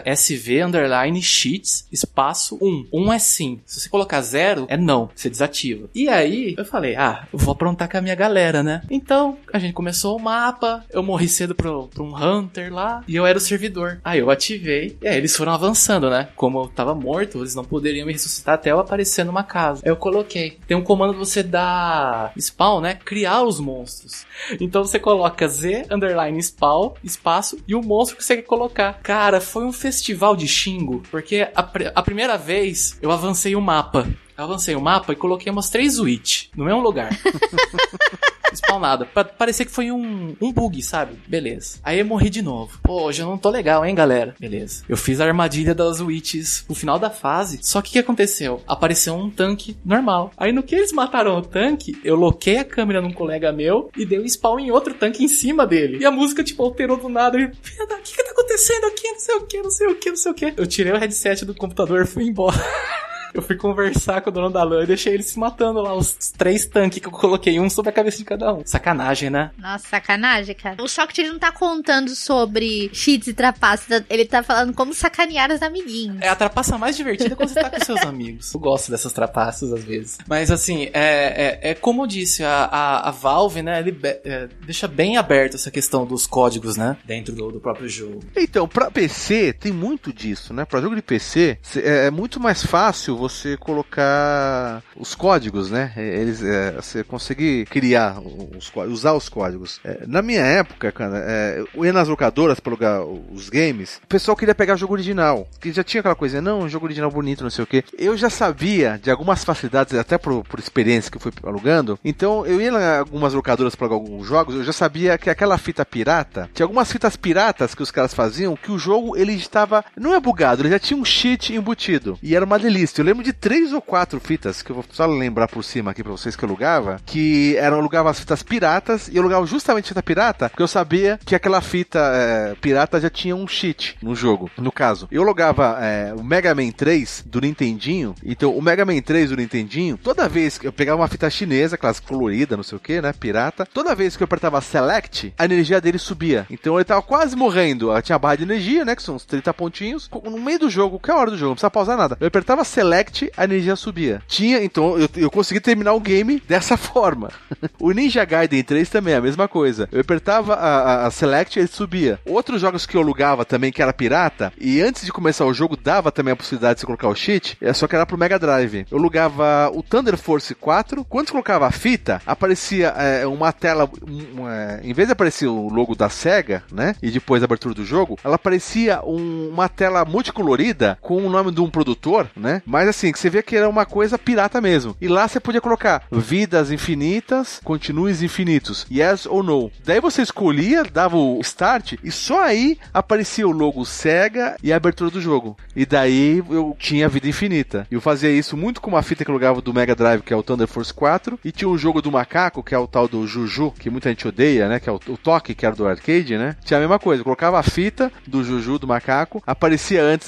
SV_cheats, espaço 1. 1 é sim. Se você colocar 0, é não. Você desativa. E aí, eu falei, eu vou aprontar com a minha galera, né? Então, a gente começou o mapa, eu morri cedo pra um Hunter lá, e eu era o servidor. Aí eu ativei, e aí eles foram avançando, né? Como eu tava morto, eles não poderiam me ressuscitar até eu aparecer numa casa. Aí eu coloquei. Tem um comando de você dar spawn, né? Criar os monstros. Então você coloca Z_spawn, espaço, e o monstro que você quer colocar. Cara, foi um festival de xingo, porque a primeira vez eu avancei o mapa. Eu avancei o mapa e coloquei umas 3 Witch no mesmo lugar. Spawnada. Pra parecer que foi um bug, sabe? Beleza. Aí eu morri de novo. Pô, hoje eu não tô legal, hein, galera? Beleza. Eu fiz a armadilha das Witches no final da fase. Só que o que aconteceu? Apareceu um tanque normal. Aí no que eles mataram o tanque, eu loquei a câmera num colega meu e dei um spawn em outro tanque em cima dele. E a música, tipo, alterou do nada. E, o que tá acontecendo aqui? Não sei o que. Eu tirei o headset do computador e fui embora. Eu fui conversar com o dono da LAN e deixei eles se matando lá, os 3 tanques que eu coloquei, um sobre a cabeça de cada um. Sacanagem, né? Nossa, sacanagem, cara. O Shocked ele não tá contando sobre cheats e trapaças, ele tá falando como sacanear os amiguinhos. É a trapaça mais divertida quando você tá com seus amigos. Eu gosto dessas trapaças às vezes. Mas assim, como eu disse, a Valve, né, ele deixa bem aberto essa questão dos códigos, né, dentro do próprio jogo. Então, pra PC, tem muito disso, né? Pra jogo de PC, é muito mais fácil você colocar os códigos, né? Você conseguir criar usar os códigos. Na minha época, cara, eu ia nas locadoras pra alugar os games, o pessoal queria pegar o jogo original, que já tinha aquela coisa, não, um jogo original bonito, não sei o quê. Eu já sabia de algumas facilidades, até por experiência que eu fui alugando, então eu ia em algumas locadoras pra alugar alguns jogos, eu já sabia que aquela fita pirata, tinha algumas fitas piratas que os caras faziam, que o jogo, ele estava, não é bugado, ele já tinha um cheat embutido, e era uma delícia. Eu lembro de 3 ou 4 fitas, que eu vou só lembrar por cima aqui pra vocês que eu alugava, que eu alugava as fitas piratas, e eu alugava justamente fita pirata, porque eu sabia que aquela fita pirata já tinha um cheat no jogo. No caso, eu alugava o Mega Man 3 do Nintendinho, então o Mega Man 3 do Nintendinho, toda vez que eu pegava uma fita chinesa, aquelas colorida, não sei o que, né, pirata, toda vez que eu apertava Select, a energia dele subia. Então ele tava quase morrendo, tinha a barra de energia, né, que são uns 30 pontinhos, no meio do jogo, qualquer hora do jogo, não precisa pausar nada. Eu apertava Select, select, a energia subia. Então eu consegui terminar o game dessa forma. O Ninja Gaiden 3 também é a mesma coisa. Eu apertava a select e ele subia. Outros jogos que eu alugava também, que era pirata, e antes de começar o jogo, dava também a possibilidade de você colocar o cheat, só que era pro Mega Drive. Eu alugava o Thunder Force 4, quando você colocava a fita, aparecia uma tela, em vez de aparecer o logo da Sega, né, e depois a abertura do jogo, ela aparecia uma tela multicolorida com o nome de um produtor, né, mas assim, que você via que era uma coisa pirata mesmo. E lá você podia colocar vidas infinitas, continues infinitos, yes ou no. Daí você escolhia, dava o start, e só aí aparecia o logo Sega e a abertura do jogo. E daí eu tinha vida infinita. E eu fazia isso muito com uma fita que eu alugava do Mega Drive, que é o Thunder Force 4, e tinha um jogo do macaco, que é o tal do Juju, que muita gente odeia, né, que é o Toque, que era do arcade, né. Tinha a mesma coisa, eu colocava a fita do Juju, do macaco, aparecia antes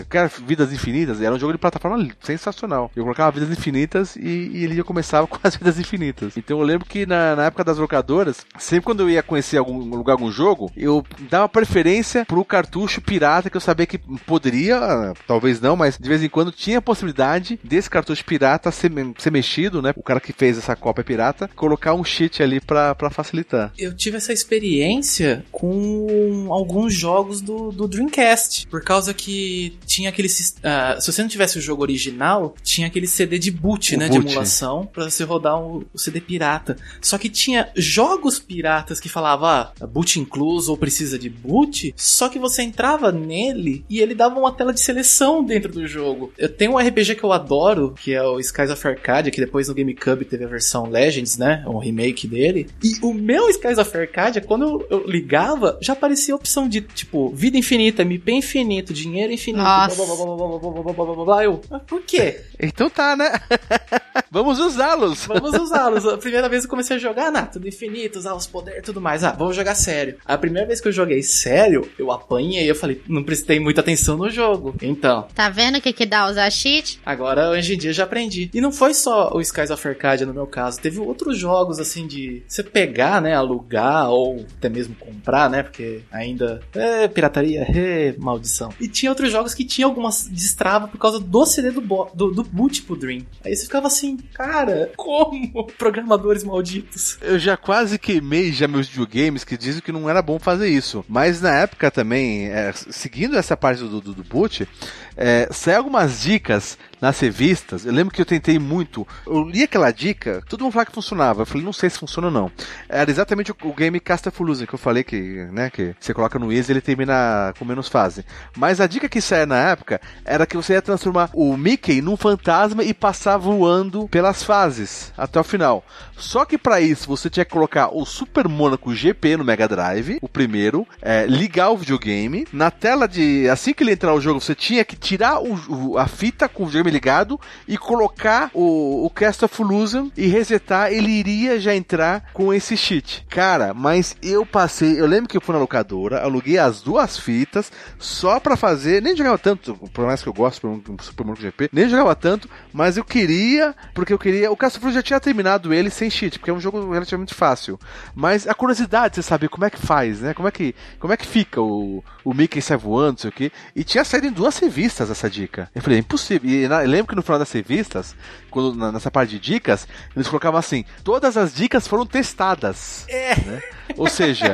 vidas infinitas, era um jogo de plataforma sensacional. Eu colocava vidas infinitas e ele já começava com as vidas infinitas. Então eu lembro que na época das locadoras, sempre quando eu ia conhecer algum jogo, eu dava preferência pro cartucho pirata, que eu sabia que poderia, talvez não, mas de vez em quando tinha a possibilidade desse cartucho pirata ser mexido, né? O cara que fez essa cópia pirata, colocar um cheat ali pra facilitar. Eu tive essa experiência com alguns jogos do Dreamcast, por causa que tinha aquele... se você não tivesse o jogo original, tinha aquele CD de boot, né? Boot. De emulação, pra você rodar o CD pirata. Só que tinha jogos piratas que falava boot incluso ou precisa de boot, só que você entrava nele e ele dava uma tela de seleção dentro do jogo. Eu tenho um RPG que eu adoro, que é o Skies of Arcadia, que depois no GameCube teve a versão Legends, né? Um remake dele. E o meu Skies of Arcadia, quando eu ligava, já aparecia a opção de, tipo, vida infinita, MP infinito, dinheiro infinito, blá, blá, blá, blá, blá, blá, blá, blá, blá, blá. Eu, por quê? Então tá, né? Vamos usá-los. Vamos usá-los. A primeira vez eu comecei a jogar, tudo infinito, usar os poderes e tudo mais. Vamos jogar sério. A primeira vez que eu joguei sério, eu apanhei, eu falei, não prestei muita atenção no jogo. Então... Tá vendo o que dá usar cheat? Agora, hoje em dia, eu já aprendi. E não foi só o Skies of Arcadia no meu caso. Teve outros jogos, assim, de você pegar, né, alugar ou até mesmo comprar, né, porque ainda pirataria, maldição. E tinha outros jogos que tinha algumas destrava por causa do CD do boot pro Dream. Aí você ficava assim, cara, como? Programadores malditos. Eu já quase queimei meus videogames que dizem que não era bom fazer isso. Mas na época também, seguindo essa parte do boot, saiu algumas dicas nas revistas. Eu lembro que eu tentei muito. Eu li aquela dica, todo mundo falava que funcionava. Eu falei, não sei se funciona ou não. Era exatamente o game Castlefullusen que eu falei que você coloca no Easy e ele termina com menos fase. Mas a dica que saía na época era que você ia transformar o Mickey num fantasma e passar voando pelas fases até o final. Só que pra isso você tinha que colocar o Super Monaco GP no Mega Drive, o primeiro, ligar o videogame. Na tela assim que ele entrar no jogo, você tinha que tirar a fita com o videogame ligado e colocar o Castlefullusen e resetar, ele iria já entrar com esse cheat. Cara, mas eu lembro que eu fui na locadora, aluguei as duas fitas só pra fazer, nem jogava tanto, por mais que eu gosto do Super Monaco GP, nem jogava tanto, mas o Castlefullusen já tinha terminado ele sem cheat, porque é um jogo relativamente fácil, mas a curiosidade de você saber como é que faz, né, como é que fica o Mickey sai voando, não sei o que, e tinha saído em 2 revistas essa dica. Eu falei, é impossível. E eu lembro que no final das revistas, nessa parte de dicas, eles colocavam assim, todas as dicas foram testadas. Né? Ou seja,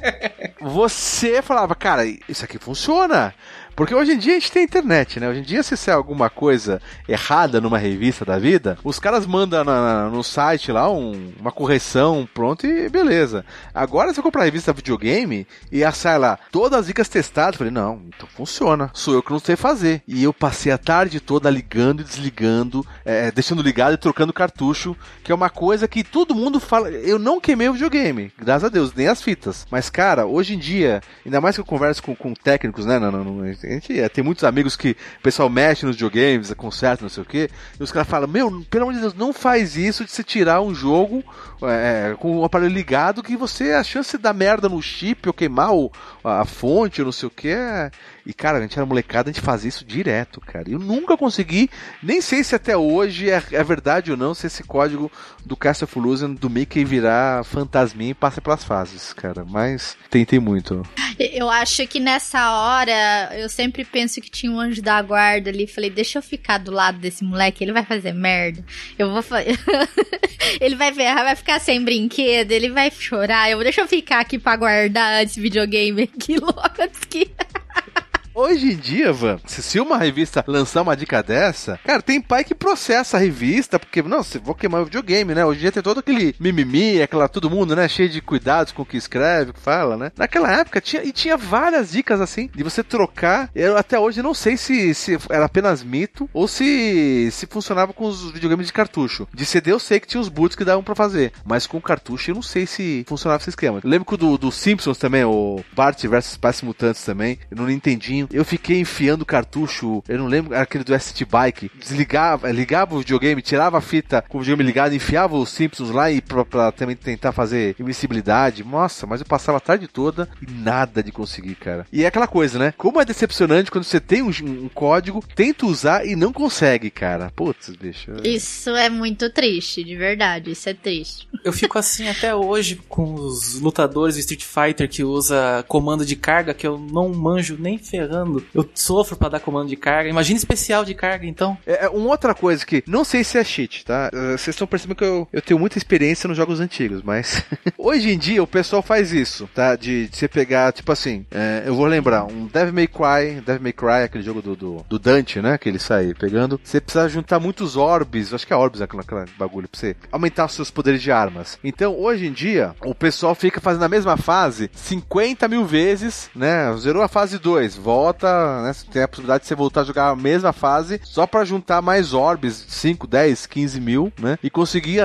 você falava, cara, isso aqui funciona. Porque hoje em dia a gente tem internet, né? Hoje em dia, se sai alguma coisa errada numa revista da vida, os caras mandam no site lá uma correção, pronto, e beleza. Agora, se eu comprar a revista videogame e sai lá todas as dicas testadas, eu falei, não, então funciona. Sou eu que não sei fazer. E eu passei a tarde toda ligando e desligando, deixando ligado e trocando cartucho, que é uma coisa que todo mundo fala. Eu não queimei o videogame, graças a Deus, nem as fitas. Mas, cara, hoje em dia, ainda mais que eu converso com técnicos, né, a gente tem muitos amigos que o pessoal mexe nos videogames, conserta, não sei o que, e os caras falam, pelo amor de Deus, não faz isso de você tirar um jogo com o aparelho ligado, que a chance de dar merda no chip ou queimar a fonte ou não sei o que E, cara, a gente era molecada, a gente fazia isso direto, cara. Eu nunca consegui, nem sei se até hoje é verdade ou não, se esse código do Castlefullusen do Mickey virar fantasminha e passa pelas fases, cara. Mas tentei muito. Eu acho que nessa hora, eu sempre penso que tinha um anjo da guarda ali. Falei, deixa eu ficar do lado desse moleque, ele vai fazer merda. Eu vou fazer. Ele vai ficar sem brinquedo, ele vai chorar. Deixa eu ficar aqui pra guardar esse videogame aqui logo antes que. Hoje em dia, Van, se uma revista lançar uma dica dessa, cara, tem pai que processa a revista, porque, não, vou queimar o videogame, né? Hoje em dia tem todo aquele mimimi, todo mundo, né? Cheio de cuidados com o que escreve, o que fala, né? Naquela época tinha várias dicas, assim, de você trocar. Eu até hoje não sei se era apenas mito ou se funcionava com os videogames de cartucho. De CD eu sei que tinha os boots que davam pra fazer, mas com cartucho eu não sei se funcionava esse esquema. Eu lembro que o do Simpsons também, o Bart vs Space Mutantes também, eu não Nintendinho. Eu fiquei enfiando cartucho, eu não lembro, aquele do ST Bike, ligava o videogame, tirava a fita com o videogame ligado, enfiava os Simpsons lá e pra também tentar fazer invencibilidade. Nossa, mas eu passava a tarde toda e nada de conseguir, cara. E é aquela coisa, né? Como é decepcionante quando você tem um código, tenta usar e não consegue, cara. Putz, bicho. Isso é muito triste, de verdade, isso é triste. Eu fico assim até hoje com os lutadores de Street Fighter que usa comando de carga, que eu não manjo nem ferrando. Eu sofro pra dar comando de carga. Imagina especial de carga, então. Uma outra coisa que, não sei se é cheat, tá? Vocês estão percebendo que eu tenho muita experiência nos jogos antigos, mas hoje em dia o pessoal faz isso, tá? De você pegar, tipo assim, eu vou lembrar, um Devil May Cry, aquele jogo do Dante, né? Que ele sai pegando. Você precisa juntar muitos orbes, acho que é orbes aquele bagulho, pra você aumentar os seus poderes de armas. Então, hoje em dia, o pessoal fica fazendo a mesma fase 50 mil vezes, né? Zerou a fase 2, volta, né? Tem a possibilidade de você voltar a jogar a mesma fase só pra juntar mais orbes, 5, 10, 15 mil, né? E conseguir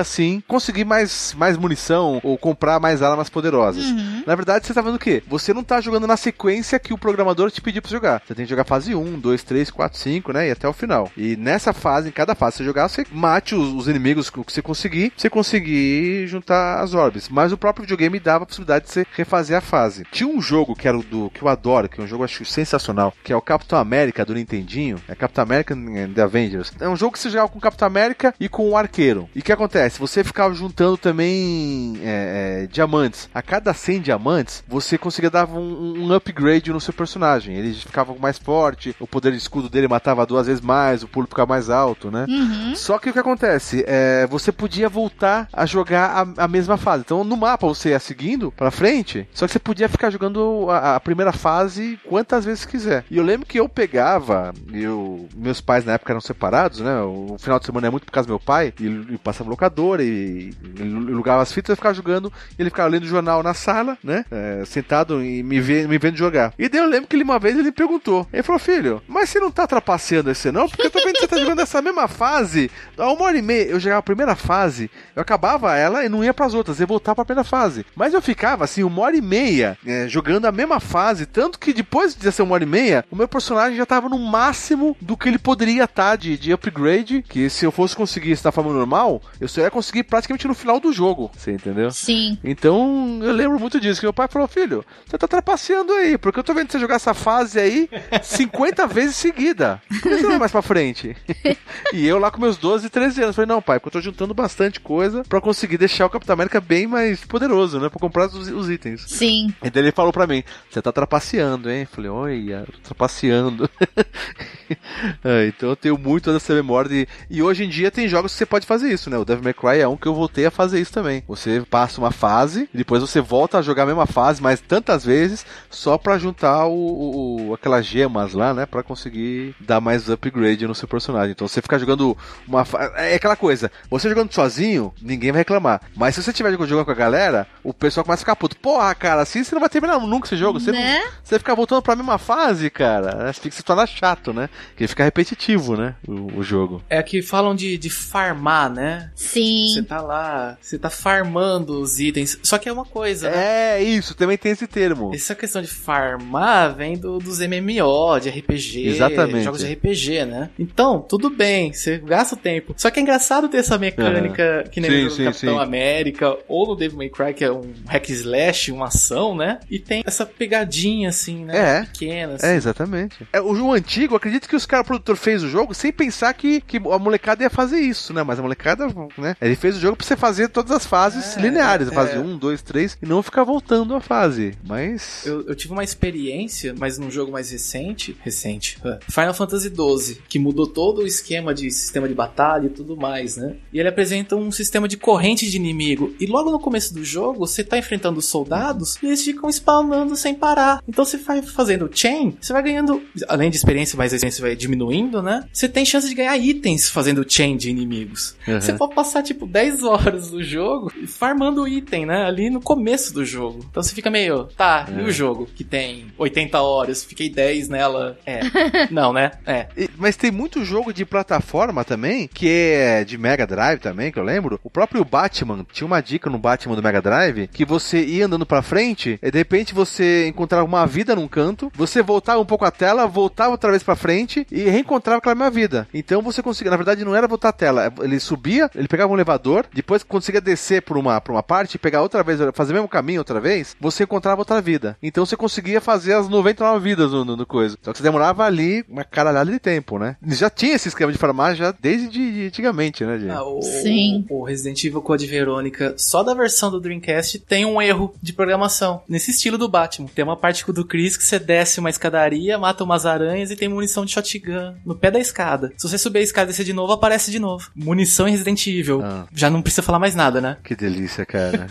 mais munição ou comprar mais armas poderosas. Uhum. Na verdade, você tá vendo o quê? Você não tá jogando na sequência que o programador te pediu pra jogar. Você tem que jogar fase 1, 2, 3, 4, 5, né? E até o final. E nessa fase, em cada fase que você jogar, você mate os inimigos que você conseguir juntar as orbes. Mas o próprio videogame dava a possibilidade de você refazer a fase. Tinha um jogo que era que eu adoro, que é um jogo acho sensacional, que é o Capitão América do Nintendinho. É Capitão América and the Avengers. É um jogo que você jogava com o Capitão América e com o arqueiro. E o que acontece? Você ficava juntando também diamantes. A cada 100 diamantes, você conseguia dar um upgrade no seu personagem. Ele ficava mais forte, o poder de escudo dele matava 2 vezes mais, o pulo ficava mais alto, né? Uhum. Só que o que acontece? Você podia voltar a jogar a mesma fase. Então, no mapa, você ia seguindo pra frente, só que você podia ficar jogando a primeira fase quantas vezes quiser. E eu lembro que eu pegava, meus pais na época eram separados, né? O final de semana é muito por causa do meu pai, e ele passava locadora e alugava as fitas, eu ficava jogando, e ele ficava lendo o jornal na sala, né? Sentado e me vendo jogar. E daí eu lembro que uma vez ele me perguntou, ele falou, filho, mas você não tá trapaceando esse não? Porque eu tô vendo que você tá jogando essa mesma fase, há 1h30 eu jogava a primeira fase, eu acabava ela e não ia pras outras, eu voltava pra primeira fase. Mas eu ficava assim, 1h30 jogando a mesma fase, tanto que depois de ser 1h30, o meu personagem já tava no máximo do que ele poderia estar de upgrade, que se eu fosse conseguir estar forma normal, eu só ia conseguir praticamente no final do jogo, você entendeu? Sim. Então, eu lembro muito disso, que meu pai falou, filho, você tá trapaceando aí, porque eu tô vendo você jogar essa fase aí 50 vezes seguida. Por que você não vai mais pra frente? E eu lá com meus 12, 13 anos, falei, não, pai, porque eu tô juntando bastante coisa pra conseguir deixar o Capitão América bem mais poderoso, né, pra comprar os itens. Sim. E daí ele falou pra mim, você tá trapaceando, hein? Eu falei, olha, tô trapaceando. Então eu tenho muito dessa memória e hoje em dia tem jogos que você pode fazer isso, né? O Devil May Cry é um que eu voltei a fazer isso também. Você passa uma fase e depois você volta a jogar a mesma fase, mas tantas vezes só pra juntar aquelas gemas lá, né? Pra conseguir dar mais upgrade no seu personagem. Então você fica jogando é aquela coisa, você jogando sozinho, ninguém vai reclamar. Mas se você estiver jogando com a galera, o pessoal começa a ficar puto. Porra, cara, assim você não vai terminar nunca esse jogo. Você, né? Você fica voltando pra mesma fase, cara. Fica se torna chato, né? Porque fica repetitivo, né? O jogo. É que falam de farmar, né? Sim. Você tá lá, você tá farmando os itens. Só que é uma coisa, né? É, isso, também tem esse termo. Essa questão de farmar vem dos MMO, de RPG. Exatamente. Jogos de RPG, né? Então, tudo bem, você gasta o tempo. Só que é engraçado ter essa mecânica que nem no Capitão América ou no Devil May Cry, que é um hack slash, uma ação, né? E tem essa pegadinha assim, né? Pequena. pequena. Assim. Exatamente. O jogo antigo, acredito que o produtor fez o jogo sem pensar que a molecada ia fazer isso, né? Mas a molecada, né? Ele fez o jogo pra você fazer todas as fases lineares. Fase 1, 2, 3, e não ficar voltando a fase. Mas... Eu tive uma experiência, mas num jogo mais recente, Final Fantasy XII, que mudou todo o esquema de sistema de batalha e tudo mais, né? E ele apresenta um sistema de corrente de inimigo. E logo no começo do jogo, você tá enfrentando os soldados e eles ficam spawnando sem parar. Então você vai fazendo chain, você vai ganhando, além de experiência, mas a experiência vai diminuindo, né? Você tem chance de ganhar itens fazendo chain de inimigos. Você pode passar, 10 horas do jogo farmando item, né? Ali no começo do jogo. Então você fica meio, e o jogo? Que tem 80 horas, fiquei 10 nela. Não, né? Mas tem muito jogo de plataforma também, que é de Mega Drive também, que eu lembro. O próprio Batman, tinha uma dica no Batman do Mega Drive, que você ia andando pra frente, e de repente você encontrava uma vida num canto, você voltava um pouco a tela, voltava outra vez pra frente, e reencontrava aquela mesma vida. Então você conseguia, na verdade não era voltar a tela, ele subia, ele pegava um elevador, depois conseguia descer por uma parte, pegar outra vez, fazer o mesmo caminho outra vez, você encontrava outra vida. Então você conseguia fazer as 99 vidas no coisa. Só que você demorava ali uma caralhada de tempo, né? Já tinha esse esquema de farmar já desde antigamente, né, gente? Sim. O Resident Evil Code Verônica, só da versão do Dreamcast, tem um erro de programação. Nesse estilo do Batman. Tem uma parte do Chris que você desce uma escadaria, mata umas aranhas e tem munição de shotgun no pé da escada. Se você subir a escada e descer de novo, aparece de novo. Munição em Resident Evil. Já não precisa falar mais nada, né? Que delícia, cara.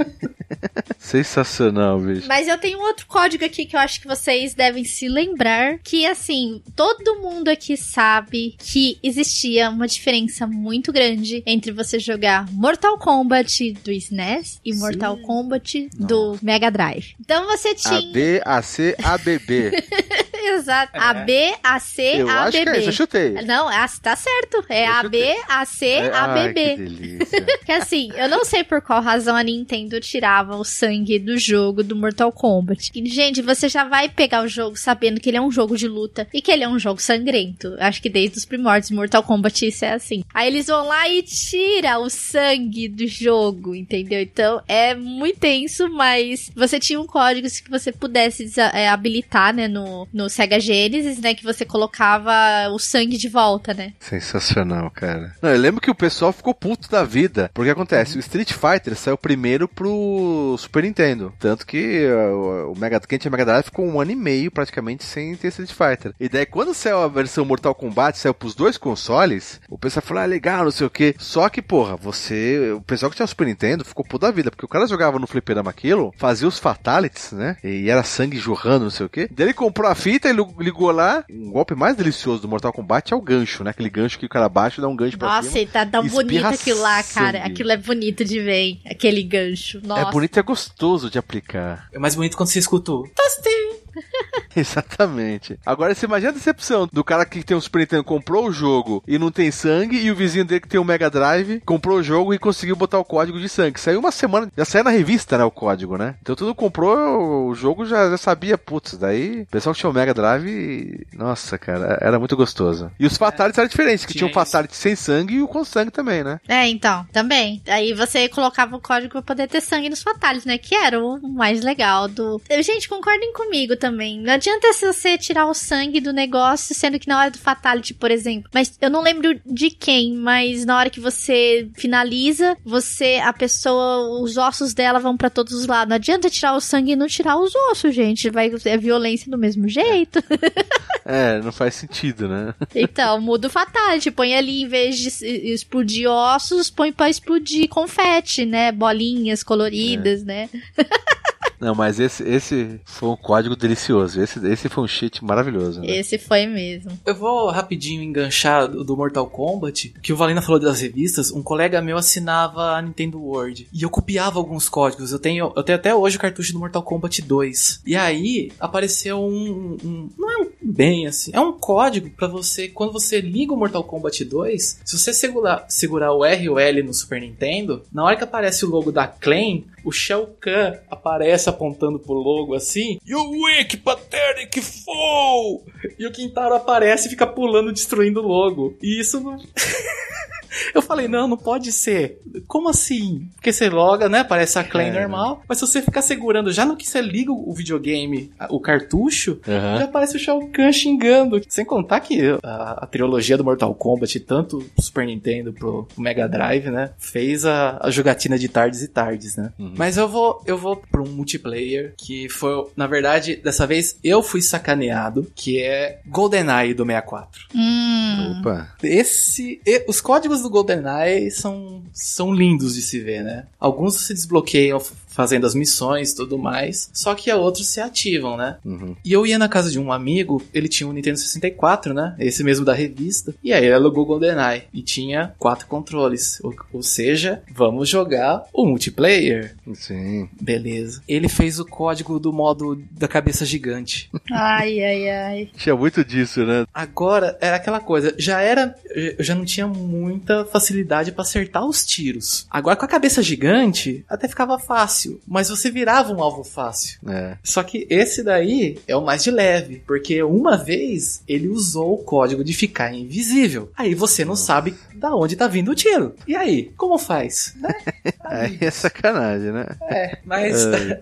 Sensacional, bicho. Mas eu tenho um outro código aqui que eu acho que vocês devem se lembrar, que assim, todo mundo aqui sabe que existia uma diferença muito grande entre você jogar Mortal Kombat do SNES e Mortal Kombat do Mega Drive. Então você tinha... A, B, A, C, A, B, B. Exato. A, B, A, C, eu A, acho B, que B. Eu chutei. Não, tá certo. É A, B, A, C, A, B, B. Que delícia. Que assim, eu não sei por qual razão a Nintendo tirava o sangue do jogo do Mortal Kombat. E, gente, você já vai pegar o jogo sabendo que ele é um jogo de luta e que ele é um jogo sangrento. Acho que desde os primórdios de Mortal Kombat isso é assim. Aí eles vão lá e tiram o sangue do jogo, entendeu? Então é muito tenso, mas você tinha um código que você pudesse habilitar, né, no Sega Genesis, né, que você colocava o sangue de volta, né? Sensacional, cara. Não, eu lembro que o pessoal ficou puto da vida, porque acontece, o Street Fighter saiu primeiro pro Super Nintendo, tanto que quem tinha Mega Drive ficou 1 ano e meio praticamente sem ter Street Fighter. E daí quando saiu a versão Mortal Kombat, saiu pros dois consoles, o pessoal falou, legal, não sei o que. Só que, porra, o pessoal que tinha o Super Nintendo ficou puto da vida, porque o cara jogava no fliperama aquilo, fazia os fatalities, né, e era sangue jorrando, não sei o que. Daí ele comprou a fita e ligou lá. Um golpe mais delicioso do Mortal Kombat é o gancho, né, aquele gancho que o cara baixa e dá um gancho pra cima. Nossa, tá tão bonito aquilo lá, cara. Sangue. Aquilo é bonito de ver, hein? Aquele gancho. Nossa. É bonito e é gostoso de aplicar. É mais bonito quando você escuta o Toasty. Exatamente. Agora você imagina a decepção do cara que tem um Super Nintendo, comprou o jogo e não tem sangue, e o vizinho dele que tem um Mega Drive comprou o jogo e conseguiu botar o código de sangue. Saiu uma semana, já saiu na revista, né, o código, né? Então tudo comprou, o jogo já sabia, putz, daí o pessoal que tinha o Mega Drive, nossa, cara, era muito gostoso. E os fatalities eram diferentes, que tinha um fatality sem sangue e o com sangue também, né? Então, também. Aí você colocava o código pra poder ter sangue nos fatalities, né? Que era o mais legal do... Gente, concordem comigo também. Não adianta se você tirar o sangue do negócio, sendo que na hora do fatality, por exemplo. Mas eu não lembro de quem, mas na hora que você finaliza, a pessoa, os ossos dela vão pra todos os lados. Não adianta tirar o sangue e não tirar os ossos, gente. É violência do mesmo jeito. Não faz sentido, né? Então, muda o fatality. Põe ali, em vez de explodir ossos, põe pra explodir confete, né? Bolinhas coloridas, né? Não, mas esse foi um código delicioso. Esse foi um cheat maravilhoso. Né? Esse foi mesmo. Eu vou rapidinho enganchar do Mortal Kombat, que o Valina falou das revistas. Um colega meu assinava a Nintendo World e eu copiava alguns códigos. Eu tenho até hoje o cartucho do Mortal Kombat 2. E aí apareceu não é bem assim, é um código pra você, quando você liga o Mortal Kombat 2, se você segurar o R e o L no Super Nintendo, na hora que aparece o logo da Clan, o Shao Kahn aparece apontando pro logo assim, You weak, pathetic fool! E o Kintaro aparece e fica pulando, destruindo o logo. E isso não... Eu falei, não pode ser. Como assim? Porque você loga, né? Parece a Clay normal. Mas se você ficar segurando, já no que você liga o videogame, o cartucho, já aparece o Shao Kahn xingando. Sem contar que a trilogia do Mortal Kombat, tanto pro Super Nintendo pro Mega Drive, né? Fez a jogatina de tardes e tardes, né? Mas eu vou pra um multiplayer que foi, na verdade, dessa vez eu fui sacaneado, que é GoldenEye do 64. Opa. Os códigos do GoldenEye são lindos de se ver, né? Alguns se desbloqueiam fazendo as missões e tudo mais, só que outros se ativam, né? E eu ia na casa de um amigo, ele tinha um Nintendo 64, né? Esse mesmo da revista, e aí ele alugou o GoldenEye, e tinha 4 controles, ou seja, vamos jogar o multiplayer. Sim. Beleza. Ele fez o código do modo da cabeça gigante. Ai. Tinha muito disso, né? Agora, era aquela coisa, eu já não tinha muita facilidade pra acertar os tiros. Agora, com a cabeça gigante, até ficava fácil, mas você virava um alvo fácil. Só que esse daí é o mais de leve, porque uma vez ele usou o código de ficar invisível. Aí você não sabe da onde tá vindo o tiro. E aí, como faz? Né? Aí é sacanagem, né? Mas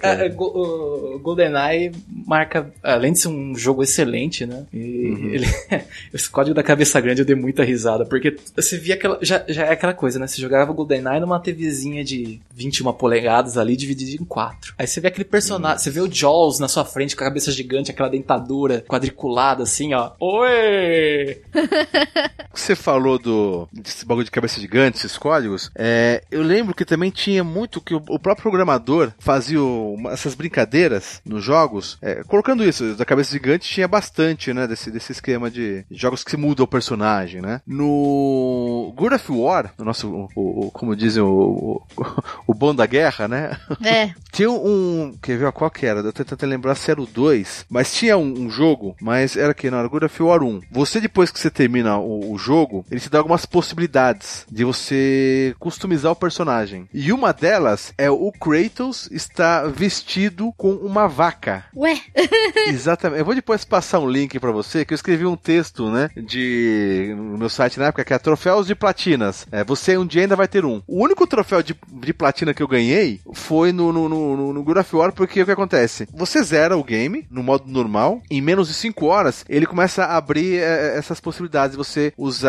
o GoldenEye marca, além de ser um jogo excelente, né? E esse código da cabeça grande eu dei muita risada, porque você via aquela, já é aquela coisa, né? Você jogava o GoldenEye numa TVzinha de 21 polegadas ali, dividido em 4. Aí você vê aquele personagem, você vê o Jaws na sua frente com a cabeça gigante, aquela dentadura quadriculada assim, ó. Oi! Você falou desse bagulho de cabeça gigante, esses códigos, eu lembro que também tinha muito que o próprio programador fazia essas brincadeiras nos jogos, colocando isso, da cabeça gigante tinha bastante, né, desse esquema de jogos que se muda o personagem, né. No God of War, no nosso, como dizem, o bom da guerra, né. Tinha quer ver qual que era? Eu tô tentando lembrar se era o 2, mas tinha um jogo, mas era que não, era God of War 1. Você, depois que você termina o jogo, ele te dá algumas possibilidades de você customizar o personagem. E uma delas é o Kratos está vestido com uma vaca. Ué? Exatamente. Eu vou depois passar um link pra você, que eu escrevi um texto, né, no meu site na época, que é Troféus de Platinas. Você um dia ainda vai ter um. O único troféu de platina que eu ganhei foi no God of War, porque o que acontece? Você zera o game no modo normal, em menos de 5 horas, ele começa a abrir essas possibilidades de você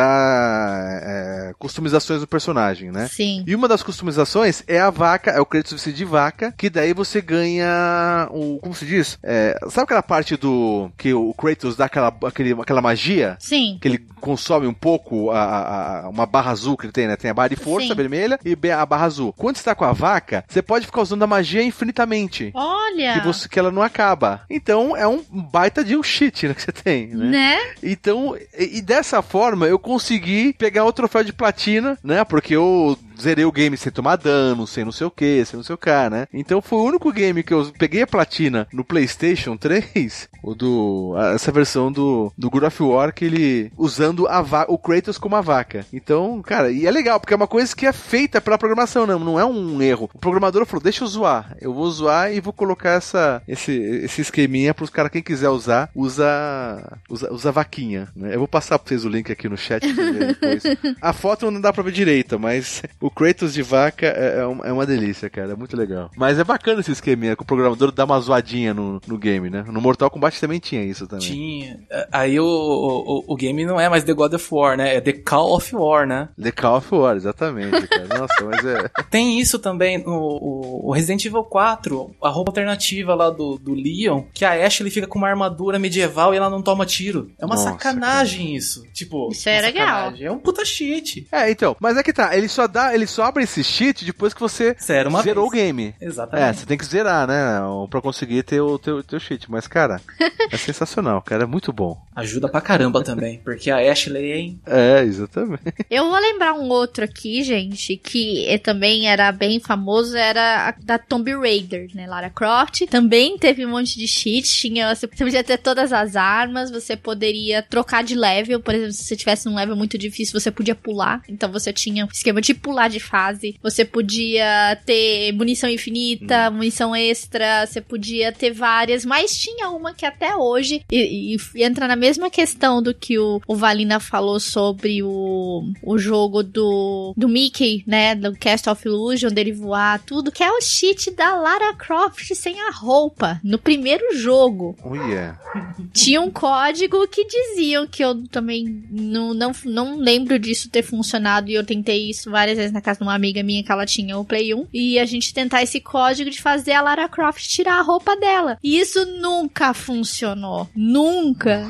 usar customizações do personagem, né? Sim. E uma das customizações é a vaca, é o Kratos vestido de vaca, que daí você ganha como se diz? Sabe aquela parte que o Kratos dá aquela magia? Sim. Que ele consome um pouco uma barra azul que ele tem, né? Tem a barra de força vermelha e a barra azul. Quando você tá com a vaca, você pode ficar usando a magia infinitamente. Olha! Que ela não acaba. Então, é um baita de um cheat, né, que você tem, né? Então, e dessa forma, eu consegui pegar o troféu de platina, né? Porque eu zerei o game sem tomar dano, sem não sei o que, sem não sei o que, né? Então foi o único game que eu peguei a platina no PlayStation 3, essa versão do God of War, que ele usando o Kratos como a vaca. Então, cara, e é legal, porque é uma coisa que é feita pela programação, não é um erro. O programador falou, deixa eu zoar. Eu vou zoar e vou colocar esse esqueminha pros caras, quem quiser usar, usa a vaquinha, né? Eu vou passar pra vocês o link aqui no chat pra ver depois. A foto não dá pra ver direito, mas o Kratos de vaca é uma delícia, cara. É muito legal. Mas é bacana esse esqueminha, que o programador dá uma zoadinha no game, né? No Mortal Kombat também tinha isso também. Tinha. Aí o game não é mais The God of War, né? É The Call of War, né? The Call of War, exatamente, cara. Nossa, mas Tem isso também no Resident Evil 4, a roupa alternativa lá do Leon, que a Ashley fica com uma armadura medieval e ela não toma tiro. É uma sacanagem, cara. Isso. Tipo, isso é legal. É um puta cheat. Então, mas é que tá, ele só abre esse cheat depois que você zerou o game. Exatamente. Você tem que zerar, né, pra conseguir ter o teu cheat. Mas, cara, é sensacional, cara, é muito bom. Ajuda pra caramba também, porque a Ashley, hein? Exatamente. Eu vou lembrar um outro aqui, gente, que também era bem famoso, era a da Tomb Raider, né, Lara Croft. Também teve um monte de cheats, você podia ter todas as armas, você poderia trocar de level, por exemplo, se você tivesse um level muito difícil, você podia pular. Então você tinha um esquema de pular pular de fase, você podia ter munição infinita, munição extra, você podia ter várias, mas tinha uma que até hoje, e entra na mesma questão do que o Valina falou sobre o jogo do Mickey, né, do Castle of Illusion, dele voar, tudo, que é o cheat da Lara Croft sem a roupa, no primeiro jogo. Oh, yeah. Tinha um código que diziam, que eu também não lembro disso ter funcionado, e eu tentei isso várias vezes na casa de uma amiga minha que ela tinha o Play 1, e a gente tentar esse código de fazer a Lara Croft tirar a roupa dela. E isso nunca funcionou. Nunca.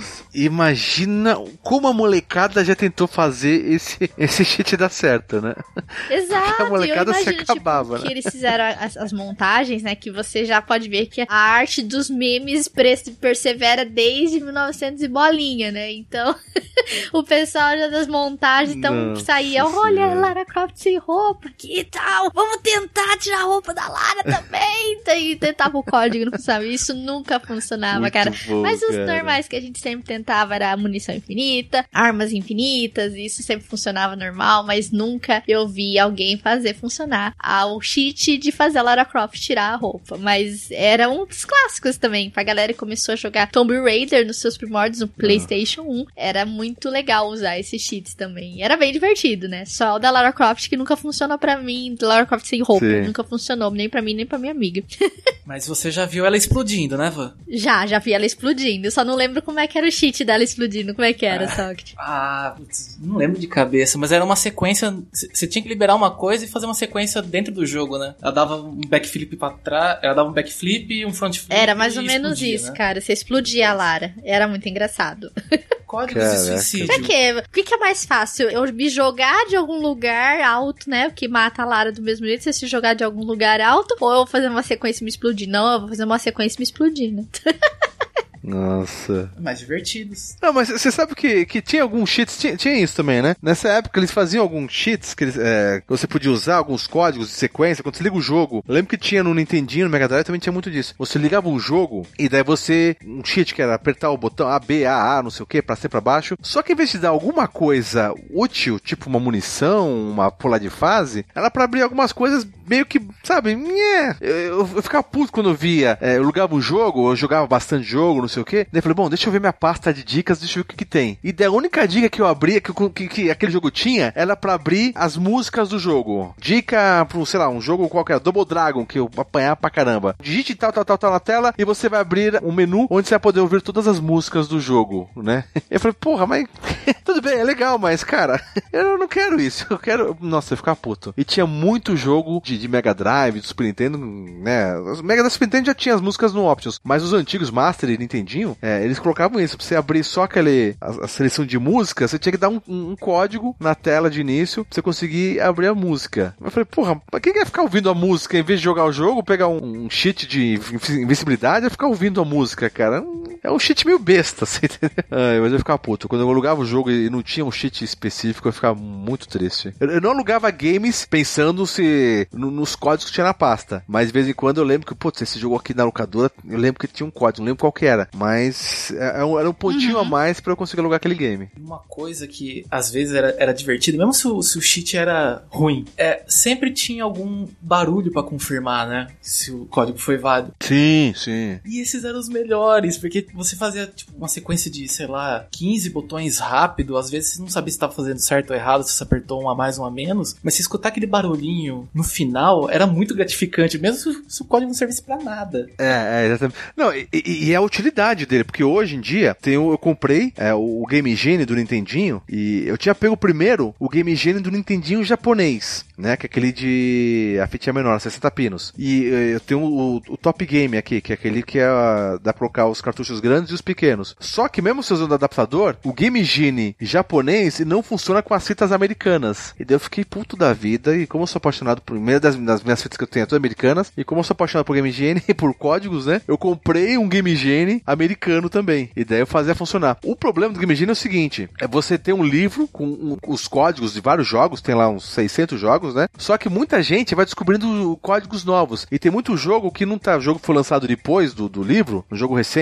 Imagina como a molecada já tentou fazer esse cheat dar certo, né? Exato. Porque a molecada eu imagino, se acabava, que né? eles fizeram as montagens, né, que você já pode ver que a arte dos memes persevera desde 1900 e bolinha, né? Então, o pessoal já das montagens saía, olha, Lara Croft sem roupa, que tal? Vamos tentar tirar a roupa da Lara também. E tentava o código, não funcionava. Isso nunca funcionava, muito cara. Bom, mas os cara. normais que a gente sempre tentava era munição infinita, armas infinitas, isso sempre funcionava normal, mas nunca eu vi alguém fazer funcionar o cheat de fazer a Lara Croft tirar a roupa. Mas era um dos clássicos também, pra galera que começou a jogar Tomb Raider nos seus primórdios no PlayStation 1. Era muito legal usar esses cheats também. Era bem divertido, né? Só o da Lara Croft que nunca funciona pra mim, Lara Croft sem roupa. Sim. Nunca funcionou, nem pra mim, nem pra minha amiga. Mas você já viu ela explodindo, né, Van? Já vi ela explodindo. Eu só não lembro como é que era o cheat dela explodindo. Como é que era, Socket? Putz, não lembro de cabeça, mas era uma sequência. Você tinha que liberar uma coisa e fazer uma sequência dentro do jogo, né? Ela dava um backflip pra trás, ela dava um backflip e um front flip. Era mais ou menos isso, né? Cara. Você explodia a Lara. Era muito engraçado. Códigos de suicídio. Pra quê? O que é mais fácil? Eu me jogar de algum lugar alto, né? O que mata a Lara do mesmo jeito, você se jogar de algum lugar alto, ou eu vou fazer uma sequência e me explodir? Não, eu vou fazer uma sequência e me explodir, né? Nossa. Mais divertidos. Não, mas você sabe que tinha alguns cheats, tinha isso também, né? Nessa época eles faziam alguns cheats que você podia usar alguns códigos de sequência. Quando você liga o jogo, eu lembro que tinha no Nintendinho, no Mega Drive também tinha muito disso. Você ligava o jogo e daí um cheat que era apertar o botão A, B, A, não sei o que, pra cima, pra baixo. Só que em vez de dar alguma coisa útil, tipo uma munição, uma pular de fase, era pra abrir algumas coisas meio que, sabe, eu ficava puto quando eu via, eu ligava o jogo, eu jogava bastante jogo, não sei o que, daí eu falei, bom, deixa eu ver minha pasta de dicas, deixa eu ver o que tem. E daí a única dica que eu abria, que aquele jogo tinha, era pra abrir as músicas do jogo. Dica pro, sei lá, um jogo qualquer, Double Dragon, que eu apanhava pra caramba. Digite tal na tela e você vai abrir um menu onde você vai poder ouvir todas as músicas do jogo, né? Eu falei, porra, mas tudo bem, é legal, mas, cara, eu não quero isso, eu quero... Nossa, eu ficava puto. E tinha muito jogo de Mega Drive, do Super Nintendo, né? Os Mega Drive Super Nintendo já tinha as músicas no Options, mas os antigos Master e Nintendinho, eles colocavam isso, pra você abrir só a seleção de música, você tinha que dar um código na tela de início pra você conseguir abrir a música. Eu falei, porra, pra quem quer ficar ouvindo a música em vez de jogar o jogo, pegar um cheat de invencibilidade, é ficar ouvindo a música, cara? É um cheat meio besta, assim, entendeu? Mas eu ficava puto. Quando eu alugava o jogo e não tinha um cheat específico, eu ficava muito triste. Eu não alugava games pensando nos códigos que tinha na pasta, mas de vez em quando eu lembro que, putz, esse jogo aqui na locadora, eu lembro que tinha um código, não lembro qual que era, mas era um pontinho a mais pra eu conseguir alugar aquele game. Uma coisa que às vezes era divertido, mesmo se o cheat era ruim, sempre tinha algum barulho pra confirmar, né, se o código foi válido. Sim. E esses eram os melhores, porque você fazia tipo uma sequência de, sei lá, 15 botões rápido, às vezes você não sabia se estava fazendo certo ou errado, se você apertou um a mais, um a menos, mas se escutar aquele barulhinho no final, era muito gratificante, mesmo se o código não servisse pra nada. Exatamente. Não, e a utilidade dele, porque hoje em dia, eu comprei o Game Genie do Nintendinho, e eu tinha pego primeiro o Game Genie do Nintendinho japonês, né, que é aquele de a fitinha menor, 60 pinos. E eu tenho o Top Game aqui, que é aquele que dá pra colocar os cartuchos grandes e os pequenos. Só que mesmo se usando o adaptador, o Game Genie japonês não funciona com as fitas americanas. E daí eu fiquei puto da vida, e como eu sou apaixonado por meio das minhas fitas que eu tenho, todas americanas, e como eu sou apaixonado por Game Genie e por códigos, né, eu comprei um Game Genie americano também. E daí eu fazia funcionar. O problema do Game Genie é o seguinte, você ter um livro com os códigos de vários jogos, tem lá uns 600 jogos, né, só que muita gente vai descobrindo códigos novos. E tem muito jogo que não tá, o jogo que foi lançado depois do livro, um jogo recente, tipo ali,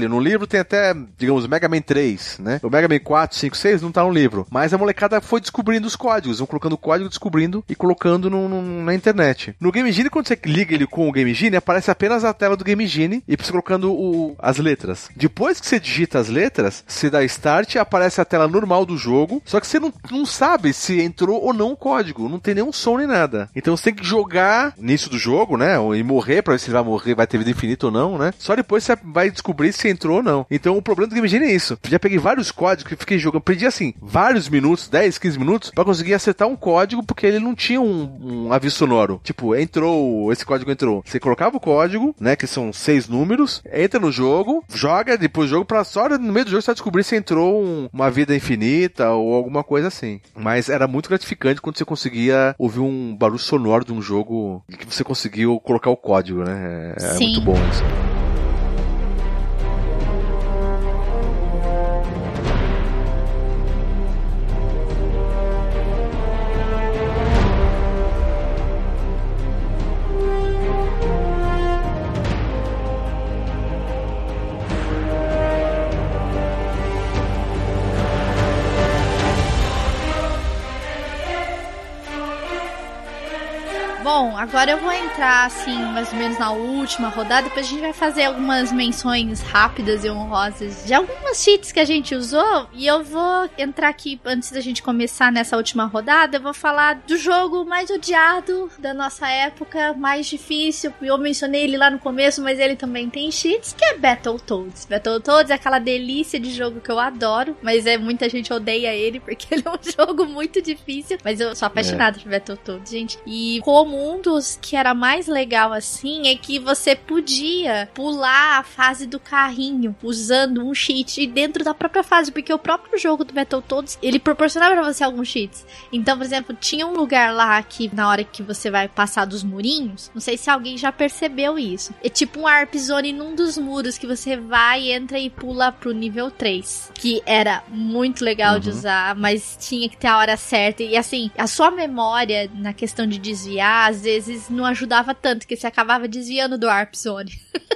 No livro tem até, digamos, o Mega Man 3, né? O Mega Man 4, 5, 6 não tá no livro. Mas a molecada foi descobrindo os códigos. Vão colocando o código, descobrindo e colocando na internet. No Game Genie, quando você liga ele com o Game Genie, aparece apenas a tela do Game Genie e você colocando as letras. Depois que você digita as letras, você dá Start, aparece a tela normal do jogo, só que você não sabe se entrou ou não o código. Não tem nenhum som nem nada. Então você tem que jogar nisso do jogo, né? E morrer, pra ver se ele vai morrer, vai ter vida infinita ou não, né? Só depois você vai descobrir se entrou ou não. Então o problema do Game Genie é isso. Já peguei vários códigos que fiquei jogando. Perdi assim, vários minutos, 10, 15 minutos, pra conseguir acertar um código, porque ele não tinha um aviso sonoro. Tipo, esse código entrou. Você colocava o código, né? Que são 6 números, entra no jogo, joga depois do jogo pra só no meio do jogo você vai descobrir se entrou uma vida infinita ou alguma coisa assim. Mas era muito gratificante quando você conseguia ouvir um barulho sonoro de um jogo que você conseguiu colocar o código, né? É muito bom isso. Bom, agora eu vou entrar, assim, mais ou menos na última rodada, depois a gente vai fazer algumas menções rápidas e honrosas de algumas cheats que a gente usou, e eu vou entrar aqui, antes da gente começar nessa última rodada, eu vou falar do jogo mais odiado da nossa época, mais difícil, eu mencionei ele lá no começo, mas ele também tem cheats, que é Battletoads. Battletoads é aquela delícia de jogo que eu adoro, mas muita gente odeia ele, porque ele é um jogo muito difícil, mas eu sou apaixonada por Battletoads, gente, e como um dos que era mais legal assim é que você podia pular a fase do carrinho usando um cheat dentro da própria fase, porque o próprio jogo do Battletoads, ele proporcionava pra você alguns cheats. Então, por exemplo, tinha um lugar lá que na hora que você vai passar dos murinhos, não sei se alguém já percebeu isso, é tipo um Warp Zone num dos muros que você vai, entra e pula pro nível 3, que era muito legal de usar, mas tinha que ter a hora certa, e assim, a sua memória na questão de desviar às vezes não ajudava tanto, que você acabava desviando do Warp Zone.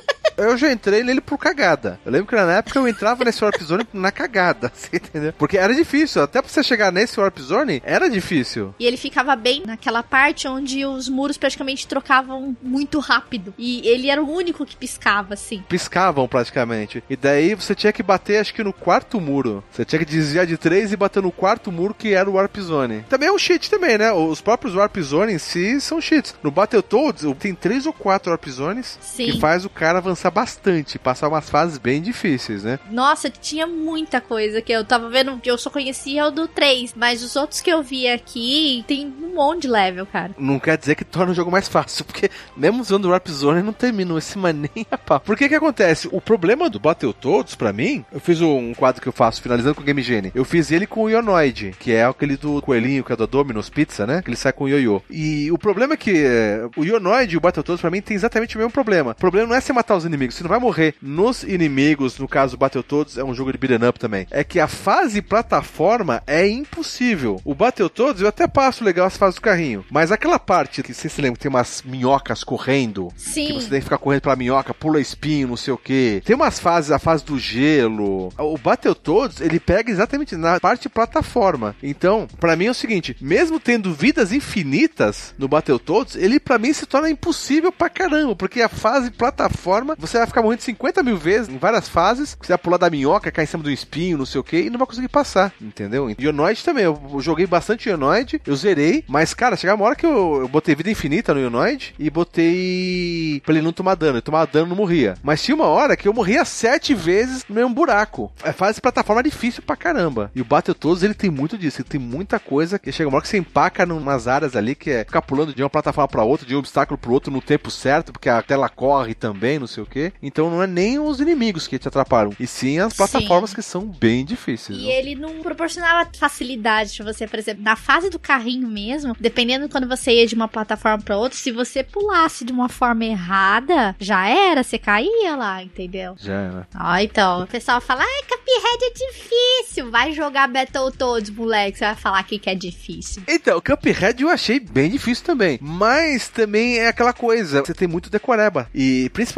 Eu já entrei nele por cagada. Eu lembro que na época eu entrava nesse Warp Zone na cagada, você entendeu? Porque era difícil, até pra você chegar nesse Warp Zone, era difícil. E ele ficava bem naquela parte onde os muros praticamente trocavam muito rápido. E ele era o único que piscava, assim. Piscavam praticamente. E daí você tinha que bater, acho que no 4º muro. Você tinha que desviar de 3 e bater no 4º muro, que era o Warp Zone. Também é um cheat também, né? Os próprios Warp Zone em si são cheats. No Battletoads, tem 3 ou 4 Warp Zones que faz o cara avançar bastante, passar umas fases bem difíceis, né? Nossa, tinha muita coisa que eu tava vendo, que eu só conhecia o do 3, mas os outros que eu vi aqui, tem um monte de level, cara. Não quer dizer que torna o jogo mais fácil, porque mesmo usando o Warp Zone não terminou esse nem a pau. Por que acontece? O problema do Battletoads, pra mim, eu fiz um quadro que eu faço, finalizando com o Game Genie, eu fiz ele com o Ionoid, que é aquele do coelhinho, que é do Domino's Pizza, né? Que ele sai com o ioiô. E o problema é que o Ionoid e o Battletoads, pra mim, tem exatamente o mesmo problema. O problema não é você matar os inimigos, você não vai morrer nos inimigos. No caso do Battletoads, é um jogo de beat'em up também. É que a fase plataforma é impossível. O Battletoads, eu até passo legal as fases do carrinho, mas aquela parte que você se lembra que tem umas minhocas correndo, que você tem que ficar correndo pela minhoca, pula espinho, não sei o que. Tem umas fases, a fase do gelo. O Battletoads, ele pega exatamente na parte plataforma. Então, pra mim é o seguinte, mesmo tendo vidas infinitas no Battletoads, ele pra mim se torna impossível pra caramba, porque a fase plataforma, você vai ficar morrendo 50 mil vezes em várias fases, você vai pular da minhoca, cair em cima do espinho, não sei o que, e não vai conseguir passar, entendeu? Ionoid também, eu joguei bastante Ionoid, eu zerei, mas cara, chegava uma hora que eu botei vida infinita no Ionoid e botei pra ele não tomar dano, ele tomava dano e não morria. Mas tinha uma hora que eu morria 7 vezes no mesmo buraco. A fase de plataforma é difícil pra caramba. E o Battletoads, ele tem muito disso, ele tem muita coisa que chega uma hora que você empaca numas áreas ali que é ficar pulando de uma plataforma pra outra, de um obstáculo pro outro no tempo certo, porque a tela corre também, não sei o que. Então não é nem os inimigos que te atrapalham, e sim as plataformas que são bem difíceis. E ele não proporcionava facilidade pra você, por exemplo, na fase do carrinho mesmo, dependendo de quando você ia de uma plataforma pra outra, se você pulasse de uma forma errada, já era, você caía lá, entendeu? Já era. Então, o pessoal fala, Cuphead é difícil, vai jogar Battletoads, moleque, você vai falar aqui que é difícil. Então, o Cuphead eu achei bem difícil também, mas também é aquela coisa, você tem muito decoreba, e principalmente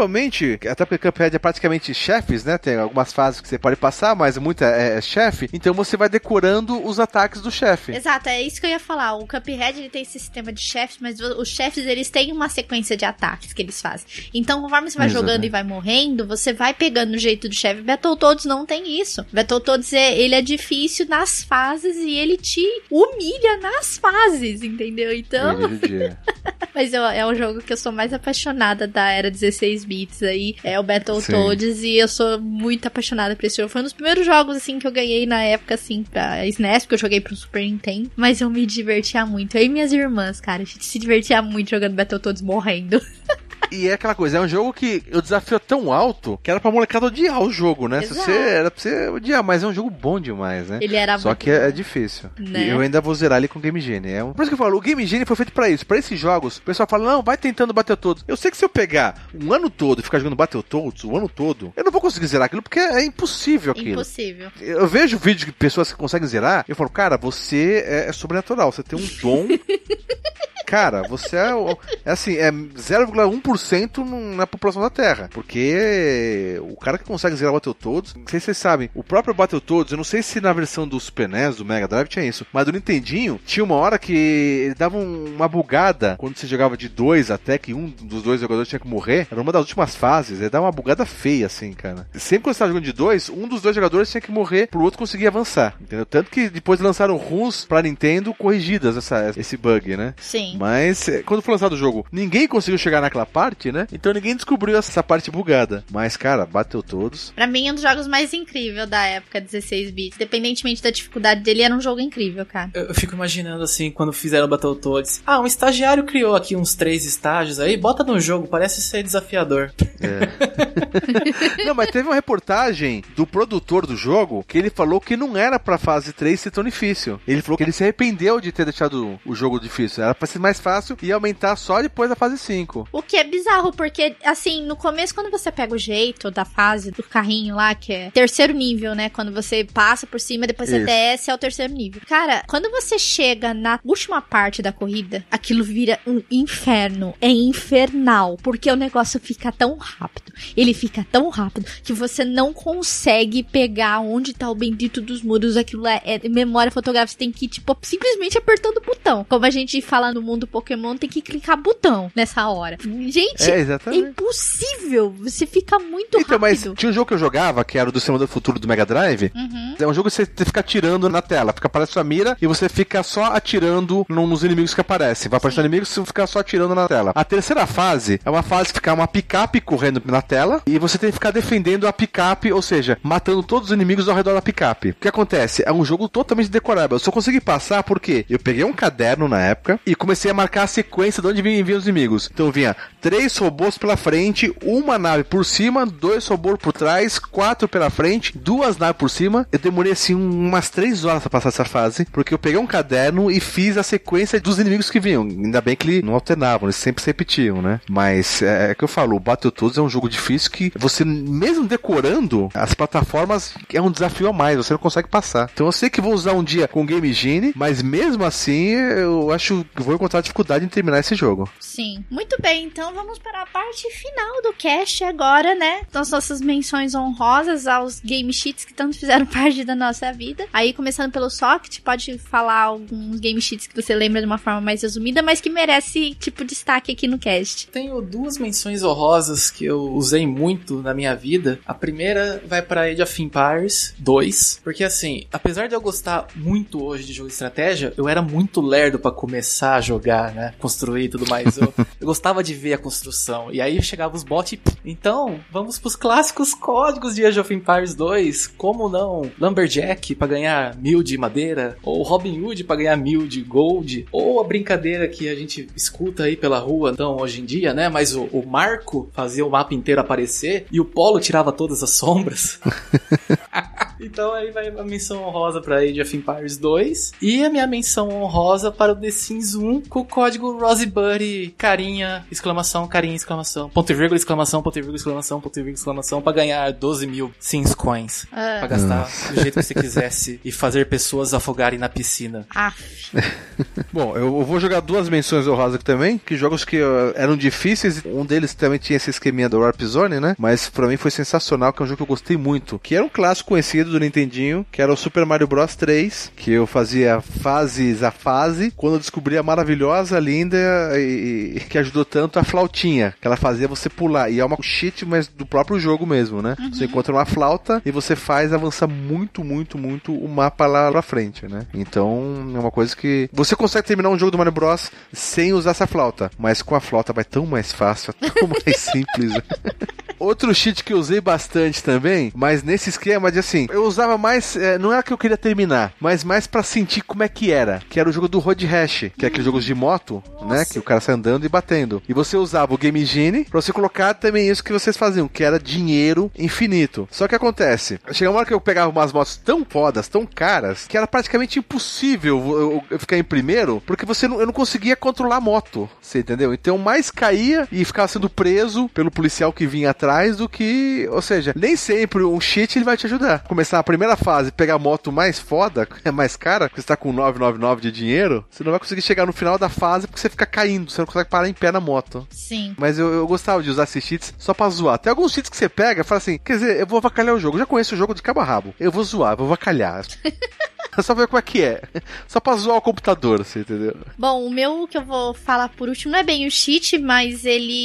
praticamente, até porque Cuphead é praticamente chefes, né? Tem algumas fases que você pode passar, mas muita é chefe. Então você vai decorando os ataques do chefe. Exato, é isso que eu ia falar. O Cuphead, ele tem esse sistema de chefes, mas os chefes, eles têm uma sequência de ataques que eles fazem. Então, conforme você vai jogando e vai morrendo, você vai pegando o jeito do chefe. Battletoads não tem isso. Battletoads, ele é difícil nas fases e ele te humilha nas fases, entendeu? Então... Mas é um jogo que eu sou mais apaixonada da era 16 bits aí, é o Battletoads, e eu sou muito apaixonada por esse jogo. Foi um dos primeiros jogos, assim, que eu ganhei na época, assim, pra SNES, porque eu joguei pro Super Nintendo, mas eu me divertia muito. Eu e minhas irmãs, cara, a gente se divertia muito jogando Battletoads morrendo. E é aquela coisa, é um jogo que o desafio é tão alto que era pra molecada odiar o jogo, né? Era pra você odiar, mas é um jogo bom demais, né? Ele era Só que é difícil. Né? E eu ainda vou zerar ele com o Game Genie. Por isso que eu falo, o Game Genie foi feito pra isso. Pra esses jogos, o pessoal fala, não, vai tentando Battletoads. Eu sei que se eu pegar um ano todo e ficar jogando Battletoads o ano todo, eu não vou conseguir zerar aquilo, porque é impossível aquilo. Impossível. Eu vejo vídeos de pessoas que conseguem zerar, eu falo, cara, você é sobrenatural, você tem um dom... Cara, você é assim, é 0,1% na população da Terra. Porque o cara que consegue zerar o Battletoads, não sei se vocês sabem, o próprio Battletoads, eu não sei se na versão do Super NES, do Mega Drive tinha isso, mas do Nintendinho, tinha uma hora que ele dava uma bugada, quando você jogava de 2 até que um dos dois jogadores tinha que morrer, era uma das últimas fases, ele dava uma bugada feia, assim, cara. Sempre quando você tava jogando de 2, um dos dois jogadores tinha que morrer pro outro conseguir avançar, entendeu? Tanto que depois lançaram ROMs pra Nintendo corrigidas esse bug, né? Sim. Mas, quando foi lançado o jogo, ninguém conseguiu chegar naquela parte, né? Então ninguém descobriu essa parte bugada. Mas, cara, Battletoads. Pra mim, é um dos jogos mais incríveis da época 16 bits. Independentemente da dificuldade dele, era um jogo incrível, cara. Eu fico imaginando, assim, quando fizeram o Battletoads. Um estagiário criou aqui uns 3 estágios aí, bota no jogo, parece ser desafiador. Não, mas teve uma reportagem do produtor do jogo que ele falou que não era pra fase 3 ser tão difícil. Ele falou que ele se arrependeu de ter deixado o jogo difícil. Era pra ser mais fácil e aumentar só depois da fase 5. O que é bizarro, porque, assim, no começo, quando você pega o jeito da fase do carrinho lá, que é terceiro nível, né? Quando você passa por cima, depois você desce, é o terceiro nível. Cara, quando você chega na última parte da corrida, aquilo vira um inferno. É infernal, porque o negócio fica tão rápido. Ele fica tão rápido que você não consegue pegar onde tá o bendito dos muros. Aquilo é memória fotográfica. Você tem que ir, tipo, simplesmente apertando o botão. Como a gente fala no mundo Pokémon, tem que clicar botão nessa hora. Gente, é impossível. Você fica muito rápido. Mas tinha um jogo que eu jogava, que era o do Cinema do Futuro do Mega Drive. É um jogo que você fica atirando na tela. Aparece sua mira e você fica só atirando nos inimigos que aparecem. Vai aparecer inimigos e você fica só atirando na tela. A terceira fase é uma fase que fica uma picape correndo na tela e você tem que ficar defendendo a picape, ou seja, matando todos os inimigos ao redor da picape. O que acontece? É um jogo totalmente decorável. Eu só consegui passar porque eu peguei um caderno na época e comecei a marcar a sequência de onde vinham os inimigos. Então vinha 3 robôs pela frente, uma nave por cima, 2 robôs por trás, 4 pela frente, 2 naves por cima. Eu demorei assim umas 3 horas pra passar essa fase, porque eu peguei um caderno e fiz a sequência dos inimigos que vinham. Ainda bem que eles não alternavam, eles sempre se repetiam, né? Mas é que eu falo, o Battletoads é um jogo difícil que você, mesmo decorando as plataformas, é um desafio a mais, você não consegue passar. Então eu sei que vou usar um dia com o Game Genie, mas mesmo assim eu acho que vou encontrar dificuldade em terminar esse jogo. Sim. Muito bem, então vamos para a parte final do cast agora, né? As nossas menções honrosas aos game cheats que tanto fizeram parte da nossa vida. Aí, começando pelo Socket, pode falar alguns game cheats que você lembra de uma forma mais resumida, mas que merece, tipo, destaque aqui no cast. Tenho 2 menções honrosas que eu usei muito na minha vida. A primeira vai para Age of Empires 2, porque assim, apesar de eu gostar muito hoje de jogo de estratégia, eu era muito lerdo pra começar a jogar, né? Construir e tudo mais. Eu gostava de ver a construção. E aí chegava os bots e... Então, vamos pros clássicos códigos de Age of Empires 2. Como não? Lumberjack pra ganhar 1000 de madeira. Ou Robin Hood pra ganhar 1000 de gold. Ou a brincadeira que a gente escuta aí pela rua, então, hoje em dia, né? Mas o Marco fazia o mapa inteiro aparecer e o Polo tirava todas as sombras. Então aí vai a menção honrosa pra Age of Empires 2. E a minha menção honrosa para o The Sims 1 com o código Rosebuddy, carinha, exclamação, ponto e vírgula, exclamação, ponto e vírgula, exclamação, ponto e vírgula, exclamação, pra ganhar 12.000 Sims Coins. Pra gastar do jeito que você quisesse e fazer pessoas afogarem na piscina. Bom, eu vou jogar 2 menções honrosas aqui também, que jogos que eram difíceis, um deles também tinha esse esqueminha do Warp Zone, né? Mas pra mim foi sensacional, que é um jogo que eu gostei muito, que era um clássico conhecido do Nintendinho, que era o Super Mario Bros 3, que eu fazia fases a fase, quando eu descobri a maravilhosa, linda e que ajudou tanto a flautinha, que ela fazia você pular, e é uma cheat, mas do próprio jogo mesmo, né? Você encontra uma flauta e você faz avançar muito o mapa lá pra frente, né? Então, é uma coisa que você consegue terminar um jogo do Mario Bros sem usar essa flauta, mas com a flauta vai tão mais fácil, tão mais simples. Outro cheat que eu usei bastante também, mas nesse esquema de assim, eu usava mais, não era que eu queria terminar, mas mais pra sentir como é que era o jogo do Road Rash, que é aqueles jogos de moto, né, que o cara sai andando e batendo. E você usava o Game Genie pra você colocar também isso que vocês faziam, que era dinheiro infinito. Só que acontece, chegou uma hora que eu pegava umas motos tão fodas, tão caras, que era praticamente impossível eu ficar em primeiro, porque eu não conseguia controlar a moto, você entendeu? Então mais caía e ficava sendo preso pelo policial que vinha atrás do que, ou seja, nem sempre um cheat ele vai te ajudar. Começar a primeira fase, pegar a moto mais foda, mais cara, que você tá com 999 de dinheiro, você não vai conseguir chegar no final da fase porque você fica caindo, você não consegue parar em pé na moto. Sim. Mas eu gostava de usar esses cheats só pra zoar. Tem alguns cheats que você pega e fala assim, quer dizer, eu vou avacalhar o jogo, eu já conheço o jogo de cabo a rabo, eu vou zoar, vou avacalhar. Só ver como é que é. Só pra zoar o computador, você entendeu? Bom, o meu que eu vou falar por último não é bem o cheat, mas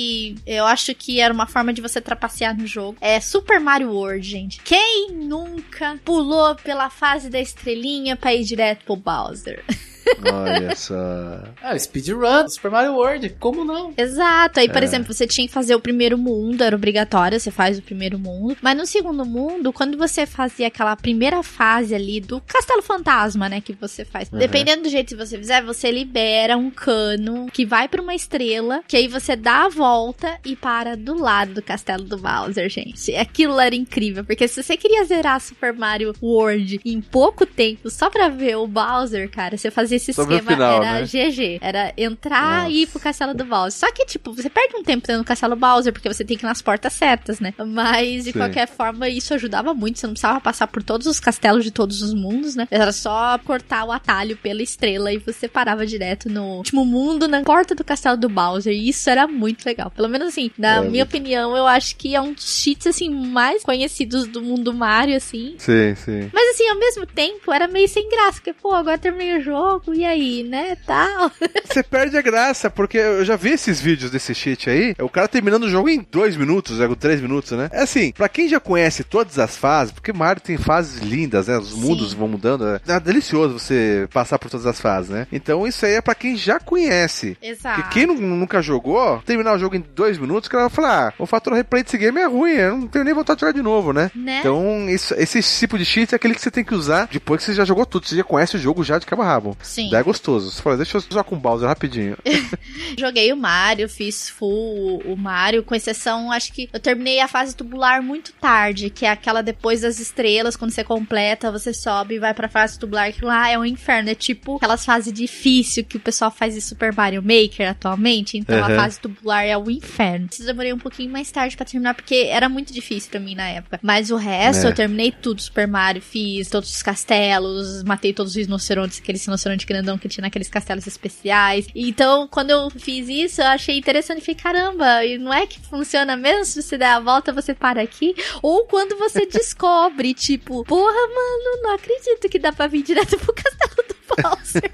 eu acho que era uma forma de você trapacear no jogo. É Super Mario World, gente. Quem nunca pulou pela fase da estrelinha pra ir direto pro Bowser? Olha só. Speedrun, Super Mario World, como não? Exato, aí por exemplo, você tinha que fazer o primeiro mundo, era obrigatório, você faz o primeiro mundo, mas no segundo mundo, quando você fazia aquela primeira fase ali do Castelo Fantasma, né, que você faz, dependendo do jeito que você fizer, você libera um cano que vai pra uma estrela, que aí você dá a volta e para do lado do Castelo do Bowser, gente. Aquilo era incrível, porque se você queria zerar Super Mario World em pouco tempo, só pra ver o Bowser, cara, você fazia esse sobre esquema, final, era né? GG. Era entrar e ir pro Castelo do Bowser. Só que, tipo, você perde um tempo no Castelo Bowser, porque você tem que ir nas portas certas, né? Mas, de qualquer forma, isso ajudava muito. Você não precisava passar por todos os castelos de todos os mundos, né? Era só cortar o atalho pela estrela e você parava direto no último mundo, na porta do Castelo do Bowser. E isso era muito legal. Pelo menos, assim, na minha opinião, eu acho que é um dos cheats, assim, mais conhecidos do mundo Mario, assim. Sim, sim. Mas, assim, ao mesmo tempo, era meio sem graça, porque, pô, agora terminei o jogo, e aí, né, tal. Você perde a graça, porque eu já vi esses vídeos desse cheat aí, é o cara terminando o jogo em 2 minutos, 3 minutos, né? É assim, pra quem já conhece todas as fases, porque Mario tem fases lindas, né? Os mundos vão mudando, é delicioso você passar por todas as fases, né? Então isso aí é pra quem já conhece. Exato. Porque quem nunca jogou, terminar o jogo em 2 minutos, o cara vai falar, o fator replay desse game é ruim, eu não tenho nem vontade de jogar de novo, né? Então esse tipo de cheat é aquele que você tem que usar depois que você já jogou tudo, você já conhece o jogo já de cabo a rabo. Sim. Daí é gostoso. Você fala, deixa eu jogar com o Bowser rapidinho. Joguei o Mario, fiz full o Mario, com exceção, acho que eu terminei a fase tubular muito tarde, que é aquela depois das estrelas, quando você completa, você sobe e vai pra fase tubular, que lá é um inferno, é tipo aquelas fases difíceis que o pessoal faz em Super Mario Maker atualmente, então a fase tubular é o inferno. Eu demorei um pouquinho mais tarde pra terminar, porque era muito difícil pra mim na época, mas o resto eu terminei tudo, Super Mario, fiz todos os castelos, matei todos os rinocerontes, aquele rinoceronte grandão que tinha naqueles castelos especiais. Então, quando eu fiz isso, eu achei interessante. Falei, caramba, e não é que funciona mesmo? Se você der a volta, você para aqui. Ou quando você descobre, tipo, porra, mano, não acredito que dá pra vir direto pro castelo do Bowser.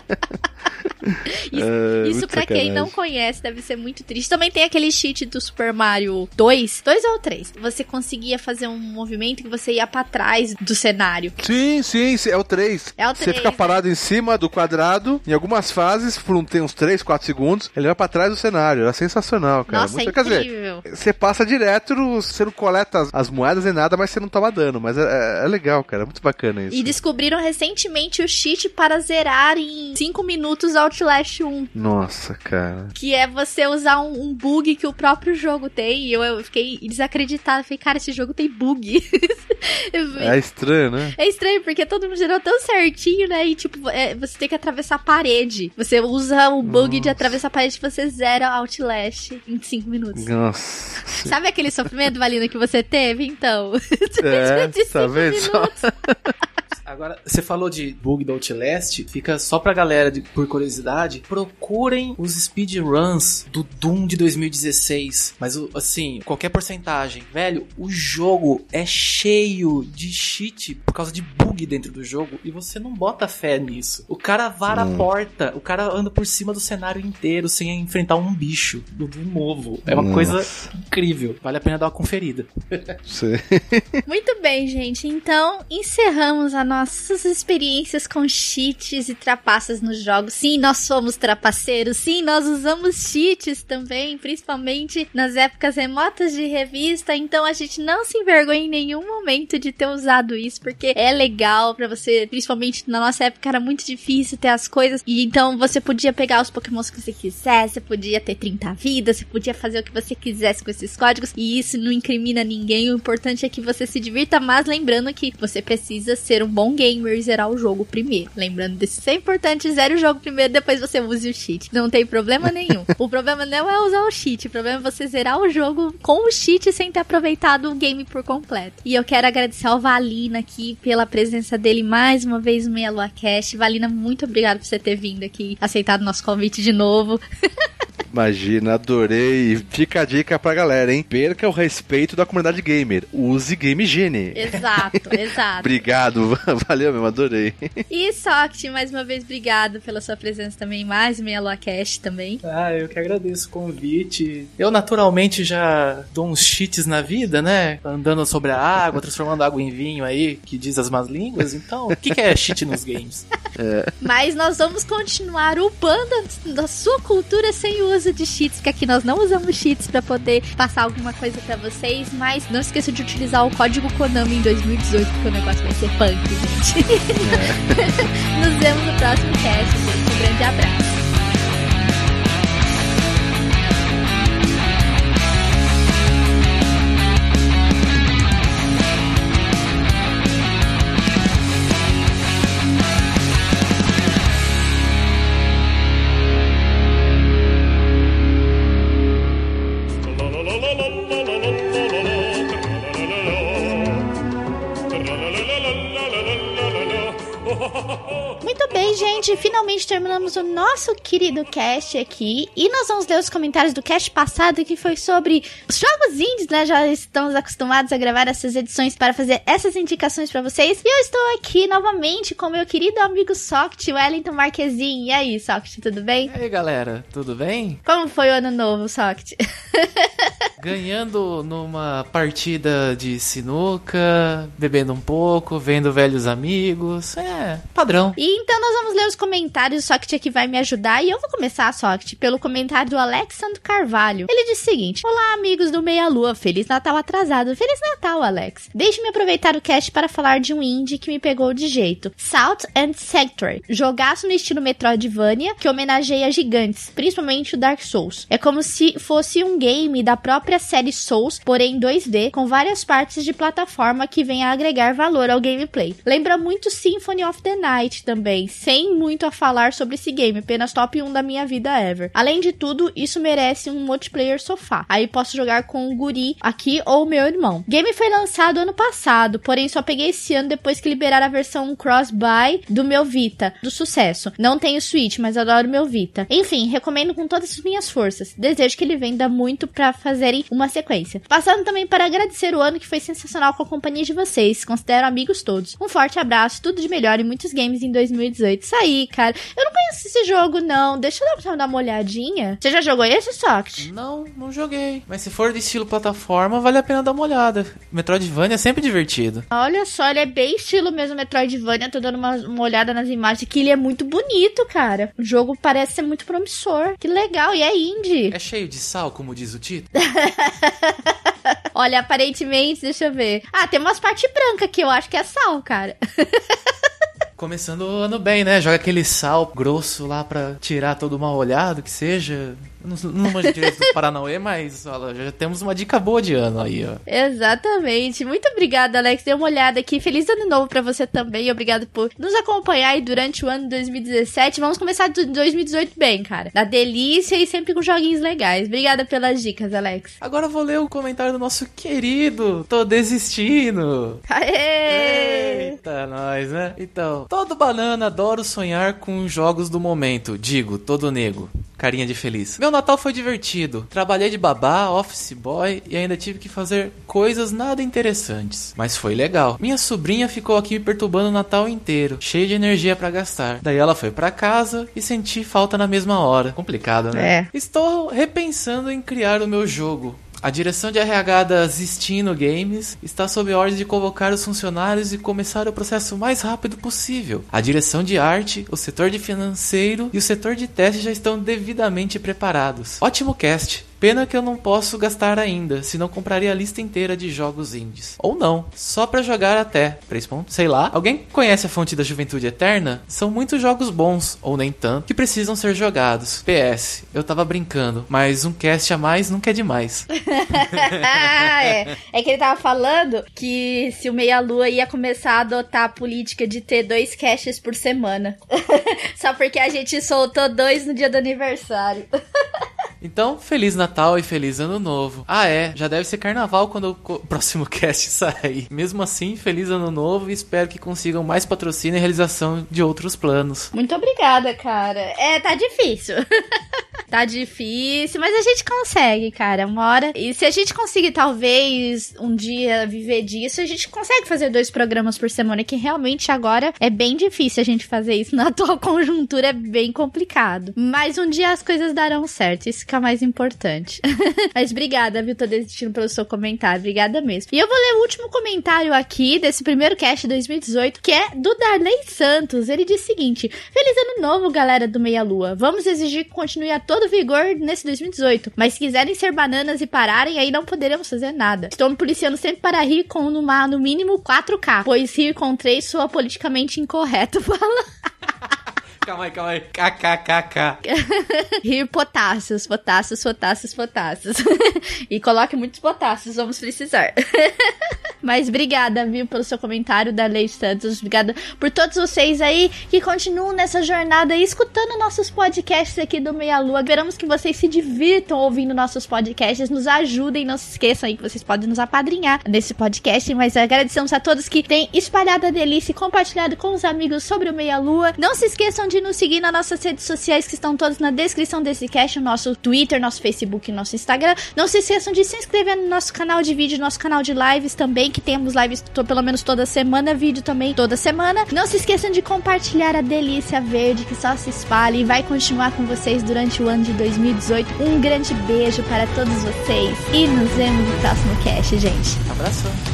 Isso pra quem não conhece deve ser muito triste. Também tem aquele cheat do Super Mario 2 ou 3. Você conseguia fazer um movimento que você ia pra trás do cenário. Sim, é o 3. É o 3. Você fica parado em cima do quadrado, em algumas fases, tem uns 3, 4 segundos, ele vai pra trás do cenário. Era sensacional, cara. Nossa, é incrível. Quer dizer, você passa direto, você não coleta as moedas nem nada, mas você não toma dano. Mas é legal, cara. É muito bacana isso. E descobriram recentemente o cheat para zerar em 5 minutos Out Outlast 1. Nossa, cara. Que é você usar um bug que o próprio jogo tem. E eu fiquei desacreditada. Falei, cara, esse jogo tem bug. É estranho, né? É estranho, porque todo mundo gerou tão certinho, né? E, tipo, você tem que atravessar a parede. Você usa o bug de atravessar a parede e você zera Outlast em 5 minutos. Nossa. Sabe aquele sofrimento, Valina, que você teve? Então. Tá vendo só? Agora, você falou de bug do Outlast, fica só pra galera, por curiosidade, procurem os speedruns do Doom de 2016. Mas, assim, qualquer porcentagem. Velho, o jogo é cheio de cheat por causa de bug dentro do jogo e você não bota fé nisso. O cara vara a porta, o cara anda por cima do cenário inteiro sem enfrentar um bicho do Doom novo. É uma coisa incrível. Vale a pena dar uma conferida. Sim. Muito bem, gente. Então, encerramos a nossas experiências com cheats e trapaças nos jogos. Sim, nós somos trapaceiros. Sim, nós usamos cheats também, principalmente nas épocas remotas de revista. Então, a gente não se envergonha em nenhum momento de ter usado isso, porque é legal pra você, principalmente na nossa época era muito difícil ter as coisas, e então você podia pegar os pokémons que você quisesse, você podia ter 30 vidas, você podia fazer o que você quisesse com esses códigos, e isso não incrimina ninguém. O importante é que você se divirta, mas lembrando que você precisa ser um bom gamer e zerar o jogo primeiro. Lembrando disso, isso é importante, zere o jogo primeiro, depois você use o cheat. Não tem problema nenhum. O problema não é usar o cheat, o problema é você zerar o jogo com o cheat sem ter aproveitado o game por completo. E eu quero agradecer ao Valina aqui pela presença dele mais uma vez no Meia Lua Cast. Valina, muito obrigado por você ter vindo aqui, aceitado o nosso convite de novo. Imagina, adorei. Fica a dica pra galera, hein? Perca o respeito da comunidade gamer. Use Game Genie. Exato. Obrigado, valeu mesmo, adorei. E Soct, mais uma vez, obrigado pela sua presença também, mais Meia Lua Cast também. Eu que agradeço o convite. Eu naturalmente já dou uns cheats na vida, né? Andando sobre a água, transformando água em vinho aí, que diz as más línguas. Então, o que é cheat nos games? Mas nós vamos continuar upando da sua cultura sem o uso de cheats, que aqui nós não usamos cheats pra poder passar alguma coisa pra vocês, mas não esqueça de utilizar o código Konami em 2018, porque o negócio vai ser punk, gente. Nos vemos no próximo cast, gente. Um grande abraço. Muito bem, gente, finalmente terminamos o nosso querido cast aqui e nós vamos ler os comentários do cast passado, que foi sobre os jogos indies, né? Já estamos acostumados a gravar essas edições para fazer essas indicações para vocês, e eu estou aqui novamente com meu querido amigo Soct, Wellington Marquezin. E aí, Soct, tudo bem? E aí, galera, tudo bem? Como foi o ano novo, Soct? Ganhando numa partida de sinuca, bebendo um pouco, vendo velhos amigos, padrão. E então nós vamos ler os comentários, o Soct aqui vai me ajudar, e eu vou começar, Soct, pelo comentário do Alexandre Carvalho. Ele diz o seguinte: olá, amigos do Meia Lua, Feliz Natal atrasado. Feliz Natal, Alex. Deixe-me aproveitar o cast para falar de um indie que me pegou de jeito. Salt and Sanctuary. Jogaço no estilo Metroidvania, que homenageia gigantes, principalmente o Dark Souls. É como se fosse um game da própria série Souls, porém em 2D, com várias partes de plataforma que vem a agregar valor ao gameplay. Lembra muito Symphony of the Night também, sem muito a falar sobre esse game, apenas top 1 da minha vida ever. Além de tudo, isso merece um multiplayer sofá. Aí posso jogar com o guri aqui ou meu irmão. Game foi lançado ano passado, porém só peguei esse ano depois que liberaram a versão cross-buy do meu Vita, do sucesso. Não tenho Switch, mas adoro meu Vita. Enfim, recomendo com todas as minhas forças. Desejo que ele venda muito pra fazerem uma sequência. Passando também para agradecer o ano que foi sensacional com a companhia de vocês. Considero amigos todos. Um forte abraço, tudo de melhor e muitos games em 2018. Isso aí, cara. Eu não conheço esse jogo, não. Deixa eu dar uma olhadinha. Você já jogou esse, Soct? Não joguei. Mas se for de estilo plataforma, vale a pena dar uma olhada. Metroidvania é sempre divertido. Olha só, ele é bem estilo mesmo Metroidvania. Tô dando uma olhada nas imagens, que ele é muito bonito, cara. O jogo parece ser muito promissor. Que legal, e é indie. É cheio de sal, como diz o título? Olha, aparentemente, deixa eu ver. Tem umas partes brancas que eu acho que é sal, cara. Começando o ano bem, né? Joga aquele sal grosso lá pra tirar todo o mal olhado, que seja. Não manjo direito dos Paranauê, mas olha, já temos uma dica boa de ano aí, ó. Exatamente. Muito obrigada, Alex. Dê uma olhada aqui. Feliz ano novo pra você também. Obrigado por nos acompanhar aí durante o ano de 2017. Vamos começar de 2018 bem, cara. Na delícia e sempre com joguinhos legais. Obrigada pelas dicas, Alex. Agora eu vou ler o comentário do nosso querido Tô Desistindo. Aê! Eita, nós, né? Então, todo banana adora sonhar com jogos do momento. Digo, todo nego. Carinha de feliz. Meu Natal foi divertido. Trabalhei de babá, office boy e ainda tive que fazer coisas nada interessantes. Mas foi legal. Minha sobrinha ficou aqui me perturbando o Natal inteiro, cheia de energia pra gastar. Daí ela foi pra casa e senti falta na mesma hora. Complicado, né? É. Estou repensando em criar o meu jogo. A direção de RH da Zistino Games está sob ordem de convocar os funcionários e começar o processo o mais rápido possível. A direção de arte, o setor de financeiro e o setor de teste já estão devidamente preparados. Ótimo cast! Pena que eu não posso gastar ainda, senão compraria a lista inteira de jogos indies. Ou não, só pra jogar até. 3 pontos, sei lá. Alguém conhece a fonte da Juventude Eterna? São muitos jogos bons, ou nem tanto, que precisam ser jogados. PS, eu tava brincando, mas um cast a mais nunca é demais. É que ele tava falando que se o Meia Lua ia começar a adotar a política de ter 2 casts por semana. Só porque a gente soltou 2 no dia do aniversário. Então, Feliz Natal e Feliz Ano Novo. Ah, já deve ser Carnaval quando o próximo cast sair. Mesmo assim, Feliz Ano Novo e espero que consigam mais patrocínio e realização de outros planos. Muito obrigada, cara. Tá difícil. Tá difícil, mas a gente consegue, cara, uma hora. E se a gente conseguir, talvez, um dia viver disso, a gente consegue fazer 2 programas por semana, que realmente agora é bem difícil a gente fazer isso. Na atual conjuntura é bem complicado. Mas um dia as coisas darão certo, isso que é o mais importante. Mas obrigada, viu? Tô desistindo pelo seu comentário, obrigada mesmo. E eu vou ler o último comentário aqui desse primeiro cast 2018, que é do Darley Santos. Ele diz o seguinte: Feliz Ano Novo, galera do Meia Lua. Vamos exigir que continue a todo vigor nesse 2018, mas se quiserem ser bananas e pararem, aí não poderemos fazer nada. Estou me policiando sempre para rir com no mínimo 4K, pois rir com 3 soa politicamente incorreto. Fala. Calma aí. KKKK. Rir potássios. E coloque muitos potássios, vamos precisar. Mas obrigada, viu, pelo seu comentário, Darley Santos. Obrigada por todos vocês aí que continuam nessa jornada aí, escutando nossos podcasts aqui do Meia Lua. Esperamos que vocês se divirtam ouvindo nossos podcasts, nos ajudem, não se esqueçam aí que vocês podem nos apadrinhar nesse podcast, mas agradecemos a todos que têm espalhado a delícia e compartilhado com os amigos sobre o Meia Lua. Não se esqueçam de nos seguir nas nossas redes sociais, que estão todas na descrição desse cast, o nosso Twitter, nosso Facebook e nosso Instagram. Não se esqueçam de se inscrever no nosso canal de vídeo, nosso canal de lives também, que temos lives pelo menos toda semana, vídeo também toda semana. Não se esqueçam de compartilhar a delícia verde que só se espalha e vai continuar com vocês durante o ano de 2018. Um grande beijo para todos vocês e nos vemos no próximo cast, gente. Abração.